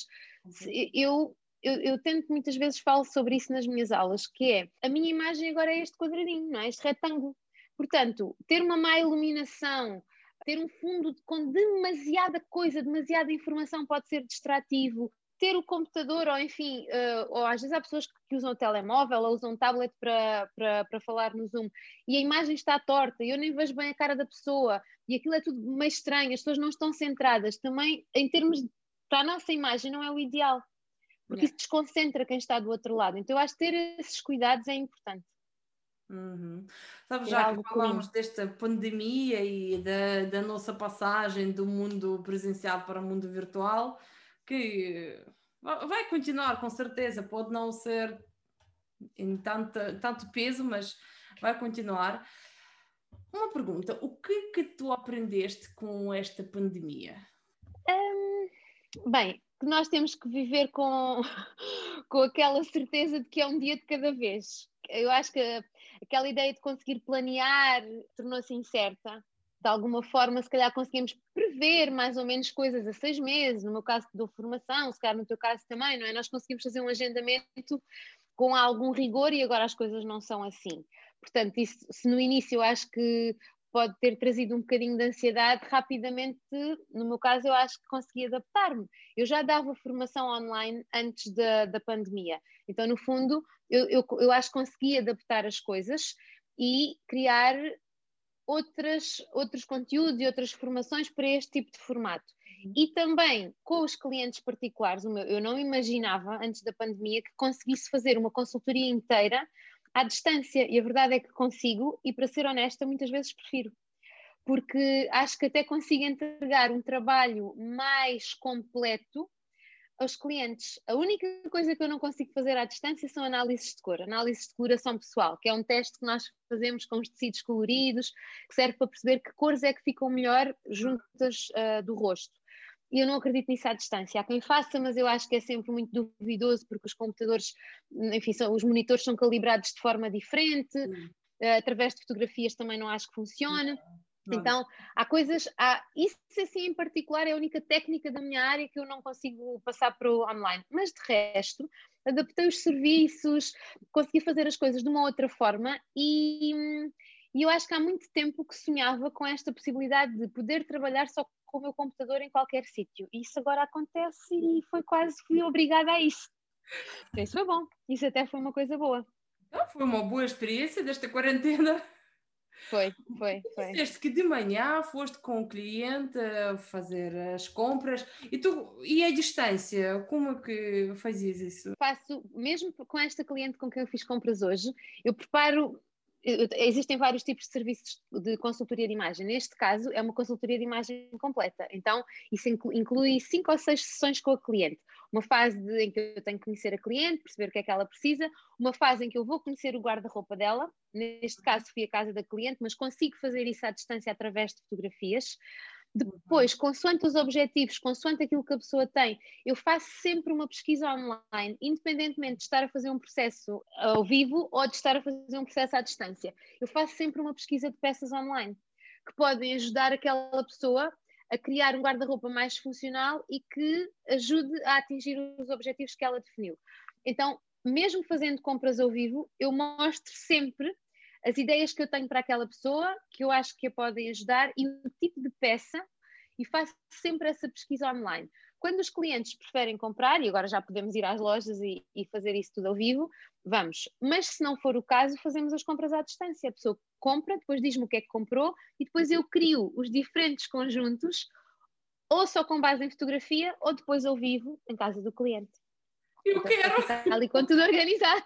B: Eu, eu, eu tento muitas vezes falo sobre isso nas minhas aulas, que é, a minha imagem agora é este quadradinho, não é? Este retângulo. Portanto, ter uma má iluminação, ter um fundo com demasiada coisa, demasiada informação pode ser distrativo. Ter o computador, ou enfim, uh, ou às vezes há pessoas que usam o telemóvel ou usam o tablet para, para, para falar no Zoom e a imagem está torta e eu nem vejo bem a cara da pessoa e aquilo é tudo meio estranho, as pessoas não estão centradas. Também, em termos de, para a nossa imagem, não é o ideal, porque isso desconcentra quem está do outro lado. Então eu acho que ter esses cuidados é importante.
C: Uhum. Sabes, já que falamos desta pandemia e da, da nossa passagem do mundo presencial para o mundo virtual, que vai continuar com certeza, pode não ser em tanto, tanto peso, mas vai continuar. Uma pergunta, o que que tu aprendeste com esta pandemia?
B: Um, bem, que nós temos que viver com, com aquela certeza de que é um dia de cada vez. Eu acho que aquela ideia de conseguir planear tornou-se incerta. De alguma forma, se calhar conseguimos prever mais ou menos coisas a seis meses, no meu caso que dou formação, se calhar no teu caso também, não é? Nós conseguimos fazer um agendamento com algum rigor e agora as coisas não são assim. Portanto, isso, se no início eu acho que pode ter trazido um bocadinho de ansiedade, rapidamente, no meu caso, eu acho que consegui adaptar-me. Eu já dava formação online antes da, da pandemia, então, no fundo, eu, eu, eu acho que consegui adaptar as coisas e criar outras, outros conteúdos e outras formações para este tipo de formato. E também com os clientes particulares, eu não imaginava, antes da pandemia, que conseguisse fazer uma consultoria inteira à distância, e a verdade é que consigo, e para ser honesta, muitas vezes prefiro, porque acho que até consigo entregar um trabalho mais completo aos clientes. A única coisa que eu não consigo fazer à distância são análises de cor, análises de coloração pessoal, que é um teste que nós fazemos com os tecidos coloridos, que serve para perceber que cores é que ficam melhor juntas uh, do rosto. E eu não acredito nisso à distância. Há quem faça, mas eu acho que é sempre muito duvidoso, porque os computadores, enfim, são, os monitores são calibrados de forma diferente, uh, através de fotografias também não acho que funcione. Não. Então, há coisas, há, isso assim em particular é a única técnica da minha área que eu não consigo passar para o online, mas de resto, adaptei os serviços, consegui fazer as coisas de uma outra forma e, e eu acho que há muito tempo que sonhava com esta possibilidade de poder trabalhar só com o meu computador em qualquer sítio. E isso agora acontece e foi quase, fui obrigada a isso. Isso foi bom, isso até foi uma coisa boa.
C: Então, foi uma boa experiência desta quarentena.
B: Foi, foi, foi.
C: Disseste que de manhã foste com o cliente a fazer as compras e, tu, e a distância, como é que fazias isso?
B: Faço, mesmo com esta cliente com quem eu fiz compras hoje, eu preparo, existem vários tipos de serviços de consultoria de imagem, neste caso é uma consultoria de imagem completa, então isso inclui cinco ou seis sessões com a cliente, uma fase de, em que eu tenho que conhecer a cliente, perceber o que é que ela precisa, uma fase em que eu vou conhecer o guarda-roupa dela, neste caso fui à casa da cliente, mas consigo fazer isso à distância através de fotografias. Depois, consoante os objetivos, consoante aquilo que a pessoa tem, eu faço sempre uma pesquisa online, independentemente de estar a fazer um processo ao vivo ou de estar a fazer um processo à distância. Eu faço sempre uma pesquisa de peças online, que podem ajudar aquela pessoa a criar um guarda-roupa mais funcional e que ajude a atingir os objetivos que ela definiu. Então, mesmo fazendo compras ao vivo, eu mostro sempre as ideias que eu tenho para aquela pessoa, que eu acho que a podem ajudar, e o tipo de peça, e faço sempre essa pesquisa online. Quando os clientes preferem comprar, e agora já podemos ir às lojas e, e fazer isso tudo ao vivo, vamos. Mas se não for o caso, fazemos as compras à distância. A pessoa compra, depois diz-me o que é que comprou, e depois eu crio os diferentes conjuntos, ou só com base em fotografia, ou depois ao vivo, em casa do cliente.
C: Eu então, quero!
B: Está ali com tudo organizado.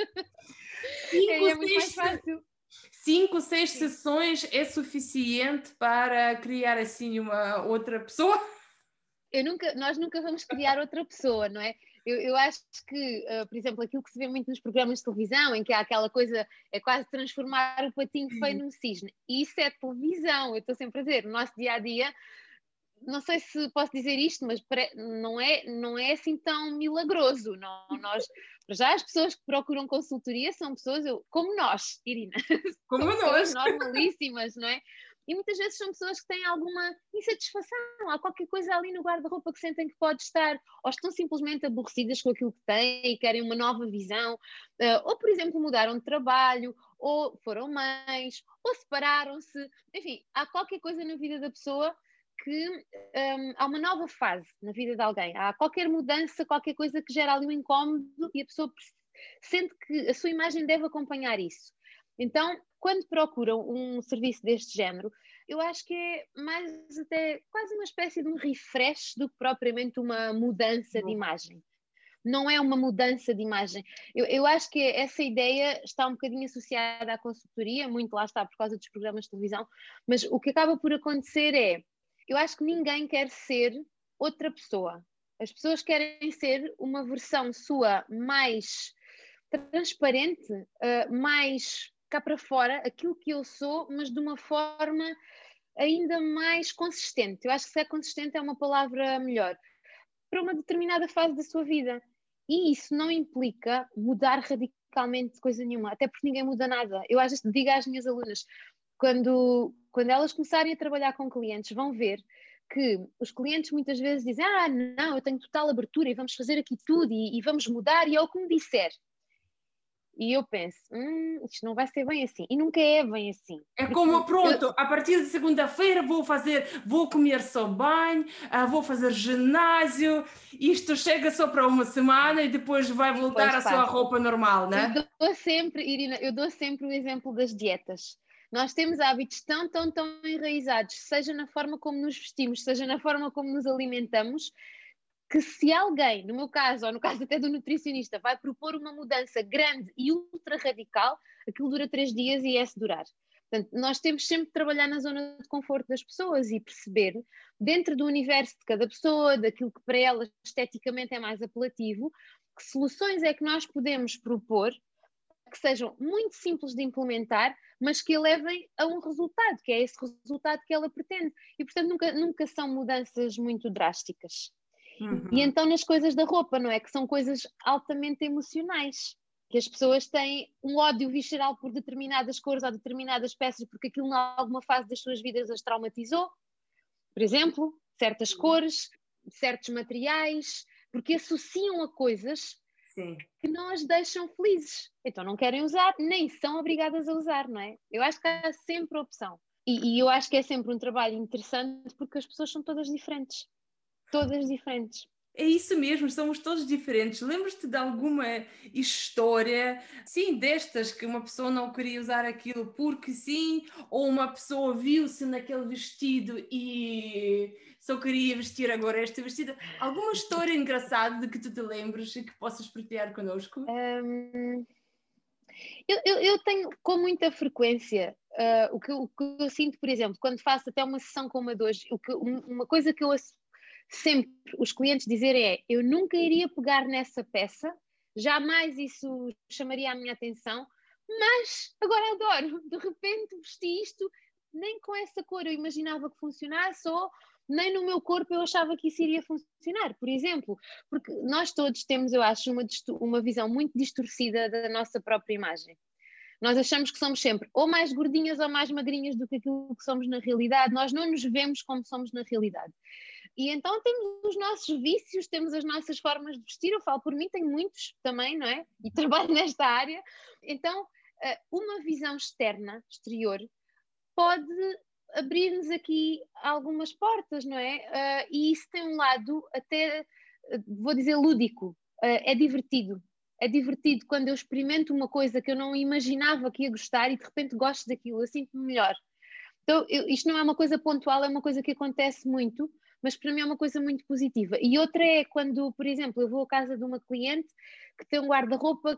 C: Cinco,
B: é, é muito
C: seis,
B: mais fácil.
C: Cinco, seis Sim. sessões é suficiente para criar assim uma outra pessoa?
B: Eu nunca, nós nunca vamos criar outra pessoa, não é? Eu, eu acho que, uh, por exemplo, aquilo que se vê muito nos programas de televisão, em que há aquela coisa, é quase transformar o patinho feio num cisne. E isso é televisão, eu estou sempre a dizer, o nosso dia-a-dia, não sei se posso dizer isto, mas não é, não é assim tão milagroso. Não, nós, já as pessoas que procuram consultoria são pessoas eu, como nós, Irina.
C: Como
B: são
C: nós.
B: Pessoas normalíssimas, não é? E muitas vezes são pessoas que têm alguma insatisfação, há qualquer coisa ali no guarda-roupa que sentem que pode estar, ou estão simplesmente aborrecidas com aquilo que têm e querem uma nova visão, ou, por exemplo, mudaram de trabalho, ou foram mães, ou separaram-se. Enfim, há qualquer coisa na vida da pessoa que um, há uma nova fase na vida de alguém, há qualquer mudança, qualquer coisa que gera ali um incómodo e a pessoa sente que a sua imagem deve acompanhar isso. Então, quando procuram um serviço deste género, eu acho que é mais até quase uma espécie de um refresh do que propriamente uma mudança de imagem. Não é uma mudança de imagem. Eu, eu acho que essa ideia está um bocadinho associada à consultoria, muito lá está por causa dos programas de televisão, mas o que acaba por acontecer é, eu acho que ninguém quer ser outra pessoa. As pessoas querem ser uma versão sua mais transparente, uh, mais cá para fora, aquilo que eu sou, mas de uma forma ainda mais consistente. Eu acho que se é consistente é uma palavra melhor. Para uma determinada fase da sua vida. E isso não implica mudar radicalmente coisa nenhuma, até porque ninguém muda nada. Eu às vezes digo às minhas alunas, quando, quando elas começarem a trabalhar com clientes, vão ver que os clientes muitas vezes dizem, ah, não, eu tenho total abertura e vamos fazer aqui tudo e, e vamos mudar e é o que me disser. E eu penso, hum, isto não vai ser bem assim. E nunca é bem assim.
C: É como, pronto, eu... a partir de segunda-feira vou fazer, vou comer só banho, vou fazer ginásio, isto chega só para uma semana e depois vai voltar à sua roupa normal, né?
B: Eu dou sempre, Irina, eu dou sempre o exemplo das dietas. Nós temos hábitos tão, tão, tão enraizados, seja na forma como nos vestimos, seja na forma como nos alimentamos, que se alguém, no meu caso, ou no caso até do nutricionista, vai propor uma mudança grande e ultra radical, aquilo dura três dias e é-se durar. Portanto, nós temos sempre de trabalhar na zona de conforto das pessoas e perceber, dentro do universo de cada pessoa, daquilo que para ela esteticamente é mais apelativo, que soluções é que nós podemos propor que sejam muito simples de implementar, mas que a levem a um resultado, que é esse resultado que ela pretende. E, portanto, nunca, nunca são mudanças muito drásticas. Uhum. E então nas coisas da roupa, não é? Que são coisas altamente emocionais, que as pessoas têm um ódio visceral por determinadas cores ou determinadas peças, porque aquilo em alguma fase das suas vidas as traumatizou, por exemplo, certas cores, certos materiais, porque associam a coisas Sim. que não as deixam felizes. Então não querem usar, nem são obrigadas a usar, não é? Eu acho que há sempre opção. E, e eu acho que é sempre um trabalho interessante porque as pessoas são todas diferentes. Todas diferentes.
C: É isso mesmo, somos todos diferentes. Lembras-te de alguma história, sim, destas, que uma pessoa não queria usar aquilo porque sim, ou uma pessoa viu-se naquele vestido e só queria vestir agora este vestido? Alguma história engraçada de que tu te lembres e que possas partilhar connosco?
B: Um, eu, eu, eu tenho com muita frequência uh, o, que, o que eu sinto, por exemplo, quando faço até uma sessão como a de hoje, o que, uma coisa que eu sempre os clientes dizerem é, eu nunca iria pegar nessa peça, jamais isso chamaria a minha atenção, mas agora adoro, de repente vesti isto, nem com essa cor eu imaginava que funcionasse, ou nem no meu corpo eu achava que isso iria funcionar, por exemplo, porque nós todos temos, eu acho, uma, uma visão muito distorcida da nossa própria imagem. Nós achamos que somos sempre ou mais gordinhas ou mais magrinhas do que aquilo que somos na realidade, nós não nos vemos como somos na realidade. E então temos os nossos vícios, temos as nossas formas de vestir, eu falo por mim, tenho muitos também, não é? E trabalho nesta área. Então, uma visão externa, exterior, pode abrir-nos aqui algumas portas, não é? E isso tem um lado até, vou dizer, lúdico, é divertido. É divertido quando eu experimento uma coisa que eu não imaginava que ia gostar e de repente gosto daquilo, eu sinto-me melhor. Então, eu, isto não é uma coisa pontual, é uma coisa que acontece muito, mas para mim é uma coisa muito positiva. E outra é quando, por exemplo, eu vou à casa de uma cliente que tem um guarda-roupa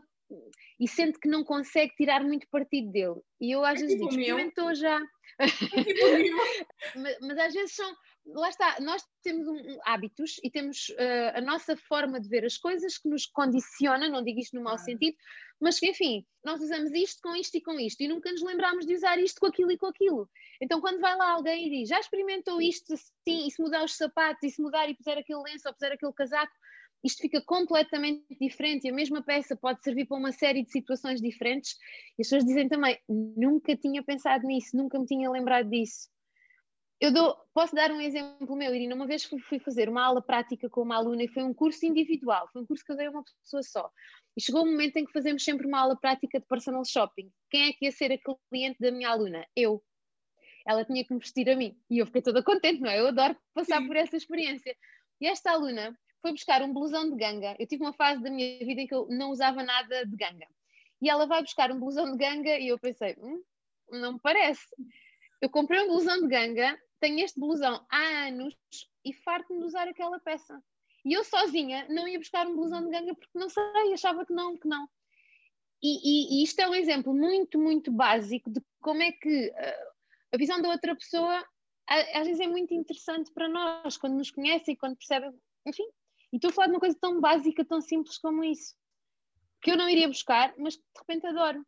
B: e sente que não consegue tirar muito partido dele. E eu às é vezes tipo digo, experimentou já. É tipo mas, mas às vezes são... Lá está, nós temos um, um, hábitos e temos uh, a nossa forma de ver as coisas que nos condiciona, não digo isto no mau sentido, mas que, enfim, nós usamos isto com isto e com isto e nunca nos lembramos de usar isto com aquilo e com aquilo. Então, quando vai lá alguém e diz, já experimentou isto assim, e se mudar os sapatos, e se mudar e puser aquele lenço ou puser aquele casaco, isto fica completamente diferente e a mesma peça pode servir para uma série de situações diferentes. E as pessoas dizem também, nunca tinha pensado nisso, nunca me tinha lembrado disso. Eu dou, posso dar um exemplo meu, Irina. Uma vez fui, fui fazer uma aula prática com uma aluna e foi um curso individual, foi um curso que eu dei a uma pessoa só. E chegou um momento em que fazemos sempre uma aula prática de personal shopping. Quem é que ia ser aquele cliente da minha aluna? Eu. Ela tinha que me vestir a mim. E eu fiquei toda contente, não é? Eu adoro passar Sim. por essa experiência. E esta aluna foi buscar um blusão de ganga. Eu tive uma fase da minha vida em que eu não usava nada de ganga. E ela vai buscar um blusão de ganga e eu pensei, hum, não me parece. Eu comprei um blusão de ganga, tenho este blusão há anos e farto-me de usar aquela peça. E eu sozinha não ia buscar um blusão de ganga porque não sei, achava que não, que não. E, e, e isto é um exemplo muito, muito básico de como é que uh, a visão da outra pessoa às vezes é muito interessante para nós, quando nos conhecem, quando percebem, enfim. E estou a falar de uma coisa tão básica, tão simples como isso, que eu não iria buscar, mas que de repente adoro.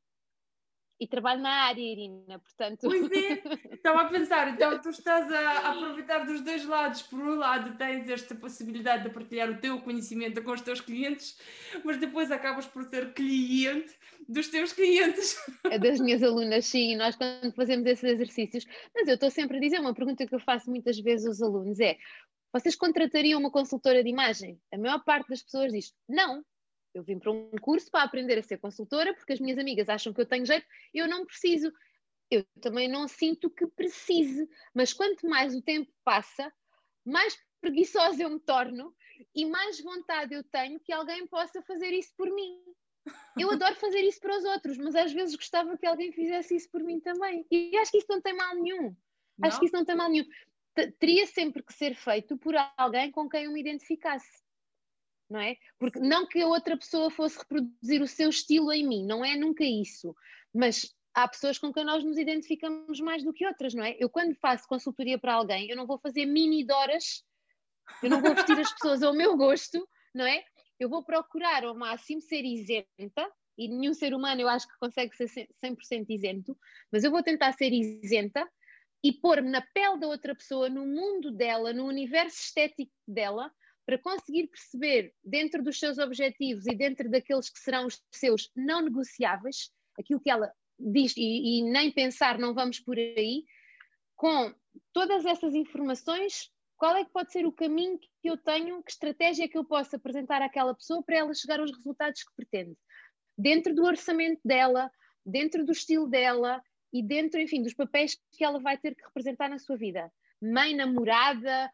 B: E trabalho na área, Irina, portanto...
C: Pois é, estava a pensar, então tu estás a aproveitar dos dois lados. Por um lado tens esta possibilidade de partilhar o teu conhecimento com os teus clientes, mas depois acabas por ser cliente dos teus clientes.
B: É das minhas alunas, sim, nós quando fazemos esses exercícios, mas eu estou sempre a dizer, uma pergunta que eu faço muitas vezes aos alunos é, vocês contratariam uma consultora de imagem? A maior parte das pessoas diz, não. Eu vim para um curso para aprender a ser consultora porque as minhas amigas acham que eu tenho jeito, eu não preciso. Eu também não sinto que precise, mas quanto mais o tempo passa, mais preguiçosa eu me torno e mais vontade eu tenho que alguém possa fazer isso por mim. Eu adoro fazer isso para os outros, mas às vezes gostava que alguém fizesse isso por mim também. E acho que isso não tem mal nenhum.
C: Não?
B: Acho que isso não tem mal nenhum. Teria sempre que ser feito por alguém com quem eu me identificasse. Não é? Porque não que a outra pessoa fosse reproduzir o seu estilo em mim, não é nunca isso, mas há pessoas com quem nós nos identificamos mais do que outras, não é? Eu quando faço consultoria para alguém, eu não vou fazer mini doras, eu não vou vestir as pessoas ao meu gosto, não é? Eu vou procurar ao máximo ser isenta, e nenhum ser humano eu acho que consegue ser cem por cento isento, mas eu vou tentar ser isenta e pôr-me na pele da outra pessoa, no mundo dela, no universo estético dela, para conseguir perceber, dentro dos seus objetivos e dentro daqueles que serão os seus não negociáveis, aquilo que ela diz, e, e nem pensar, não vamos por aí, com todas essas informações, qual é que pode ser o caminho que eu tenho, que estratégia que eu posso apresentar àquela pessoa para ela chegar aos resultados que pretende. Dentro do orçamento dela, dentro do estilo dela e dentro, enfim, dos papéis que ela vai ter que representar na sua vida. Mãe, namorada,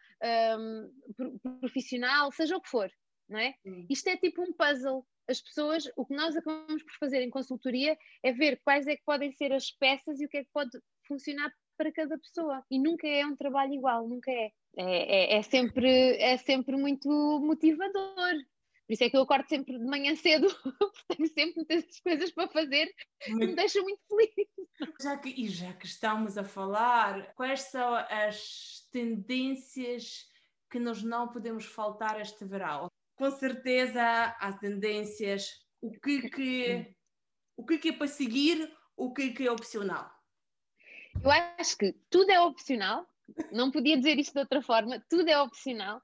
B: um, profissional, seja o que for, não é? Hum. Isto é tipo um puzzle. As pessoas, o que nós acabamos por fazer em consultoria é ver quais é que podem ser as peças e o que é que pode funcionar para cada pessoa. E nunca é um trabalho igual, nunca é. É, é, é, sempre, é sempre muito motivador. Por isso é que eu acordo sempre de manhã cedo, porque tenho sempre muitas coisas para fazer que me deixam muito feliz.
C: Já que, e já que estamos a falar, quais são as tendências que nós não podemos faltar este verão? Com certeza há tendências, o que, que, o que, que é para seguir, o que, que é opcional?
B: Eu acho que tudo é opcional, não podia dizer isto de outra forma, tudo é opcional.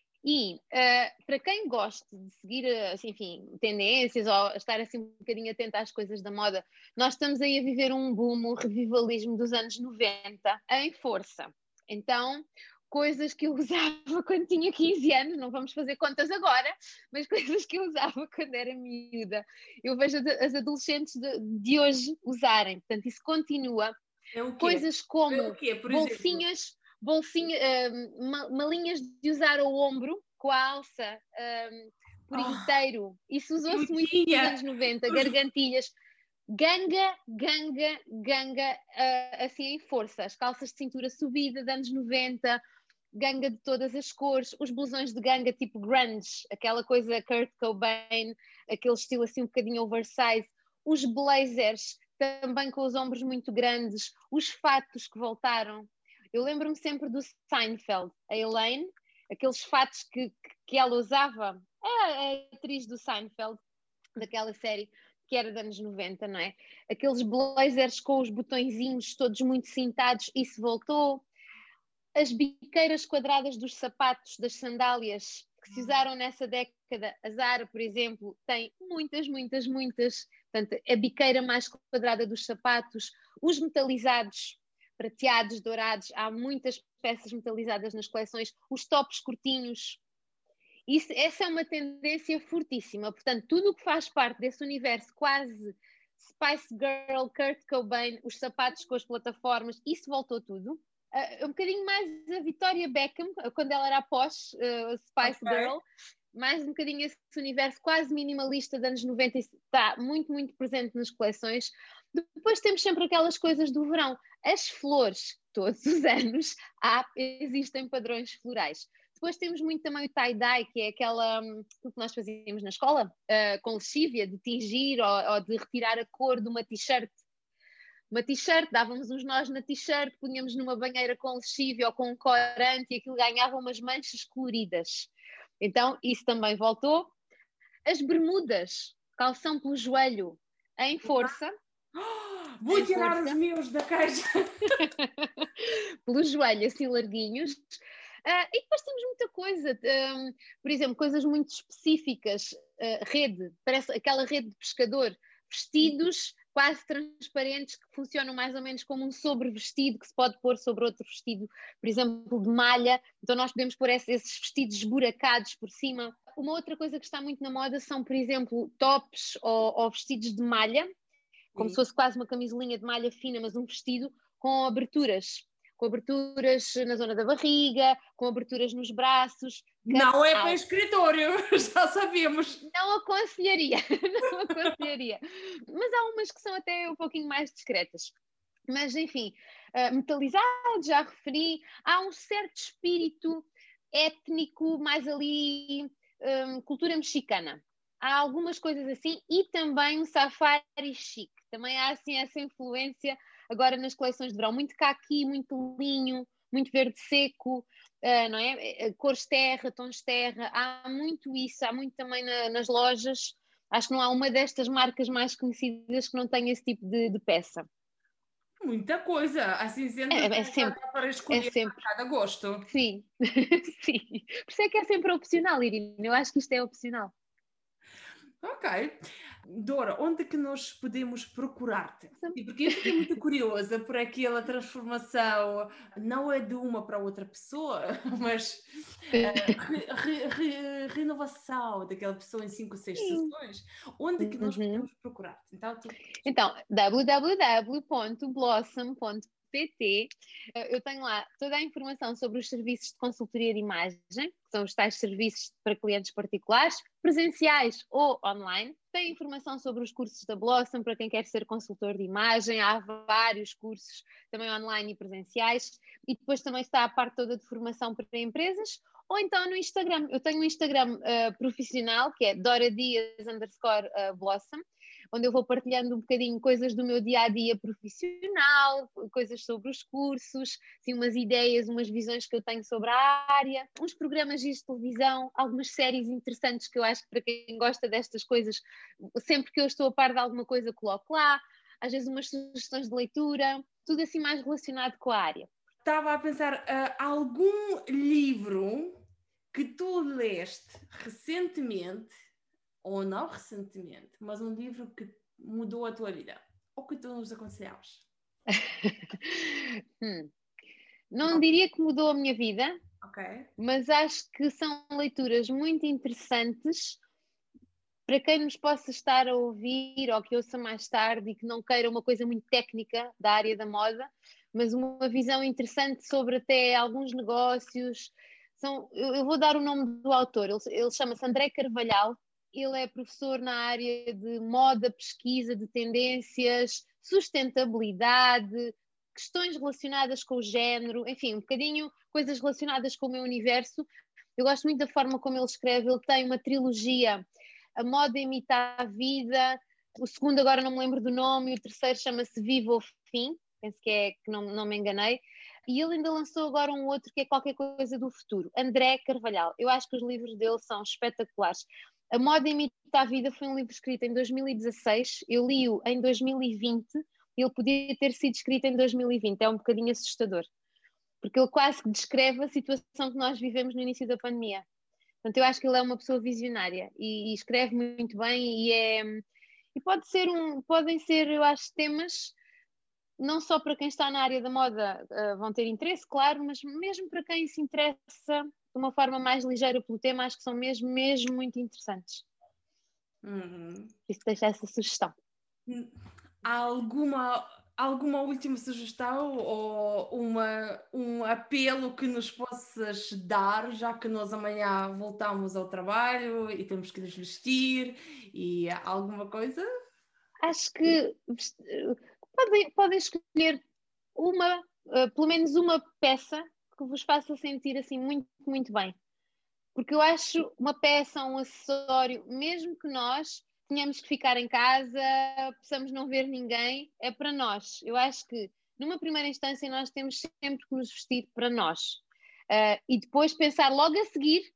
B: E uh, para quem gosta de seguir, assim, enfim, tendências ou estar assim um bocadinho atento às coisas da moda, nós estamos aí a viver um boom, um revivalismo dos anos noventa em força. Então, coisas que eu usava quando tinha quinze anos, não vamos fazer contas agora, mas coisas que eu usava quando era miúda, eu vejo as adolescentes de, de hoje usarem. Portanto, isso continua.
C: É o quê?
B: Coisas como
C: é o quê, por
B: bolsinhas...
C: exemplo?
B: Bolsinha, uh, malinhas de usar ao ombro, com a alça um, por oh, inteiro. Isso usou-se muito nos anos noventa. Gargantilhas. Ganga, ganga, ganga, uh, assim em força. As calças de cintura subida de anos noventa. Ganga de todas as cores. Os blusões de ganga tipo grunge. Aquela coisa Kurt Cobain. Aquele estilo assim um bocadinho oversize. Os blazers, também com os ombros muito grandes. Os fatos que voltaram. Eu lembro-me sempre do Seinfeld, a Elaine, aqueles fatos que, que ela usava, é a atriz do Seinfeld, daquela série que era dos anos noventa, não é? Aqueles blazers com os botõezinhos todos muito cintados, isso voltou. As biqueiras quadradas dos sapatos, das sandálias que se usaram nessa década, a Zara, por exemplo, tem muitas, muitas, muitas. Portanto, a biqueira mais quadrada dos sapatos, os metalizados, prateados, dourados, há muitas peças metalizadas nas coleções, os tops curtinhos. Isso, essa é uma tendência fortíssima. Portanto, tudo o que faz parte desse universo quase Spice Girl, Kurt Cobain, os sapatos com as plataformas, isso voltou tudo. Uh, um bocadinho mais a Victoria Beckham, quando ela era após uh, Spice okay. Girl, mais um bocadinho esse universo quase minimalista dos anos noventa, está muito, muito presente nas coleções. Depois temos sempre aquelas coisas do verão. As flores, todos os anos, há, existem padrões florais. Depois temos muito também o tie-dye, que é aquela um, que nós fazíamos na escola, uh, com lexívia, de tingir ou, ou de retirar a cor de uma t-shirt. Uma t-shirt, dávamos uns nós na t-shirt, punhamos numa banheira com lexívia ou com um corante e aquilo ganhava umas manchas coloridas. Então, isso também voltou. As bermudas, calção pelo joelho, em força.
C: Oh, vou
B: em
C: tirar
B: força.
C: os meus da caixa.
B: Pelo joelho, assim larguinhos. Uh, e depois temos muita coisa, um, por exemplo, coisas muito específicas, uh, rede, parece aquela rede de pescador, vestidos quase transparentes que funcionam mais ou menos como um sobrevestido que se pode pôr sobre outro vestido, por exemplo, de malha. Então nós podemos pôr esses vestidos esburacados por cima. Uma outra coisa que está muito na moda são, por exemplo, tops ou, ou vestidos de malha, como Sim. se fosse quase uma camisolinha de malha fina, mas um vestido com aberturas. Com aberturas na zona da barriga, com aberturas nos braços.
C: Não é para escritório, já sabemos.
B: Não aconselharia, não aconselharia. Mas há umas que são até um pouquinho mais discretas. Mas, enfim, uh, metalizado, já referi. Há um certo espírito étnico, mais ali, um, cultura mexicana. Há algumas coisas assim e também um safari chique. Também há, assim, essa influência agora nas coleções de verão. Muito caqui, muito linho, muito verde seco, uh, não é? Cores terra, tons terra. Há muito isso, há muito também na, nas lojas. Acho que não há uma destas marcas mais conhecidas que não tenha esse tipo de, de peça.
C: Muita coisa, assim sendo
B: é, é sempre,
C: para escolher
B: é sempre.
C: a cada gosto.
B: Sim, sim. Por isso é que é sempre opcional, Irina. Eu acho que isto é opcional.
C: Ok. Dora, onde é que nós podemos procurar-te? Porque eu fiquei muito curiosa por aquela transformação, não é de uma para outra pessoa, mas uh, re, re, re, renovação daquela pessoa em cinco ou seis sessões. Onde é que nós podemos uhum. procurar-te? Então, tu...
B: então w w w ponto blossom ponto p t. Eu tenho lá toda a informação sobre os serviços de consultoria de imagem, que são os tais serviços para clientes particulares, presenciais ou online. Tem informação sobre os cursos da Blossom para quem quer ser consultor de imagem. Há vários cursos, também online e presenciais. E depois também está a parte toda de formação para empresas. Ou então no Instagram. Eu tenho um Instagram uh, profissional, que é doradias underscore uh, blossom, onde eu vou partilhando um bocadinho coisas do meu dia-a-dia profissional, coisas sobre os cursos, assim, umas ideias, umas visões que eu tenho sobre a área, uns programas de televisão, algumas séries interessantes que eu acho que para quem gosta destas coisas, sempre que eu estou a par de alguma coisa, coloco lá, às vezes umas sugestões de leitura, tudo assim mais relacionado com a área.
C: Estava a pensar, uh, algum livro que tu leste recentemente, ou não recentemente, mas um livro que mudou a tua vida, ou que tu nos aconselhavas?
B: hum. Não, não diria que mudou a minha vida,
C: okay.
B: Mas acho que são leituras muito interessantes para quem nos possa estar a ouvir ou que ouça mais tarde e que não queira uma coisa muito técnica da área da moda, mas uma visão interessante sobre até alguns negócios. São, eu, eu vou dar o nome do autor, ele, ele chama-se André Carvalhal. Ele é professor na área de moda, pesquisa de tendências, sustentabilidade, questões relacionadas com o género, enfim, um bocadinho coisas relacionadas com o meu universo. Eu gosto muito da forma como ele escreve. Ele tem uma trilogia, A Moda Imita a Vida, o segundo agora não me lembro do nome, e o terceiro chama-se Viva o Fim, penso que é, que não, não me enganei. E ele ainda lançou agora um outro que é qualquer coisa do futuro, André Carvalhal. Eu acho que os livros dele são espetaculares. A Moda Imita a Vida foi um livro escrito em dois mil e dezasseis, eu li-o em dois mil e vinte, ele podia ter sido escrito em dois mil e vinte, é um bocadinho assustador, porque ele quase que descreve a situação que nós vivemos no início da pandemia. Portanto, eu acho que ele é uma pessoa visionária e, e escreve muito bem e é... E pode ser um... Podem ser, eu acho, temas não só para quem está na área da moda uh, vão ter interesse, claro, mas mesmo para quem se interessa de uma forma mais ligeira pelo tema, acho que são mesmo, mesmo muito interessantes.
C: Uhum.
B: Isso deixa essa sugestão.
C: Há alguma, alguma última sugestão ou uma, um apelo que nos possas dar, já que nós amanhã voltamos ao trabalho e temos que nos vestir, e alguma coisa?
B: Acho que podem, podem escolher uma, uh, pelo menos uma peça que vos faça sentir assim muito, muito bem. Porque eu acho uma peça, um acessório, mesmo que nós tenhamos que ficar em casa, possamos não ver ninguém, é para nós. Eu acho que, numa primeira instância, nós temos sempre que nos vestir para nós. Uh, e depois pensar logo a seguir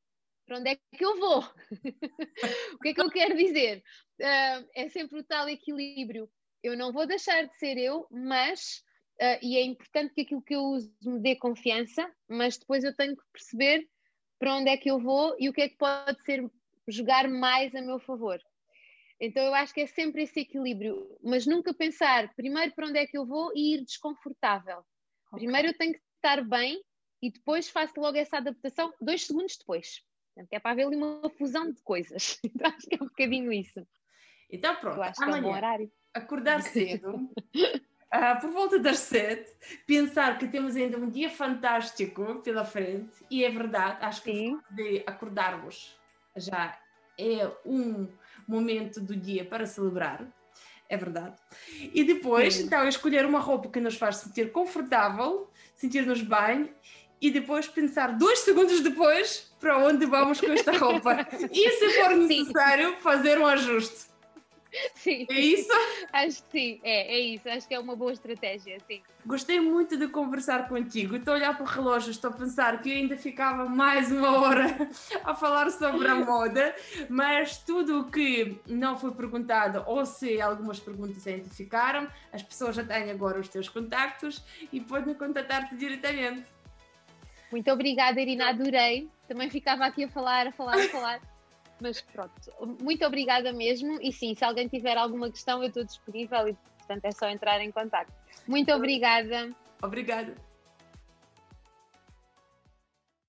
B: para onde é que eu vou? O que é que eu quero dizer? Uh, é sempre o tal equilíbrio. Eu não vou deixar de ser eu, mas, uh, e é importante que aquilo que eu uso me dê confiança, mas depois eu tenho que perceber para onde é que eu vou e o que é que pode ser jogar mais a meu favor. Então eu acho que é sempre esse equilíbrio, mas nunca pensar primeiro para onde é que eu vou e ir desconfortável. Okay. Primeiro eu tenho que estar bem e depois faço logo essa adaptação dois segundos depois. Portanto, é para haver ali uma fusão de coisas. Então acho que é um bocadinho isso.
C: Então pronto,
B: eu acho
C: amanhã,
B: que é um bom horário.
C: Acordar cedo, uh, por volta das sete, pensar que temos ainda um dia fantástico pela frente, e é verdade, acho que
B: Sim.
C: o facto de acordarmos já é um momento do dia para celebrar, é verdade. E depois, Sim. então, escolher uma roupa que nos faz sentir confortável, sentir-nos bem, e depois pensar dois segundos depois para onde vamos com esta roupa. E se for necessário, sim. fazer um ajuste.
B: Sim.
C: É isso?
B: Acho que sim, é, é isso. Acho que é uma boa estratégia, sim.
C: Gostei muito de conversar contigo. Estou a olhar para o relógio, estou a pensar que eu ainda ficava mais uma hora a falar sobre a moda, mas tudo o que não foi perguntado, ou se algumas perguntas ainda ficaram, as pessoas já têm agora os teus contactos e podem contatar-te diretamente.
B: Muito obrigada, Irina, adorei. Também ficava aqui a falar, a falar, a falar. Mas pronto, muito obrigada mesmo. E sim, se alguém tiver alguma questão, eu estou disponível e, portanto, é só entrar em contato. Muito obrigada.
C: Obrigada.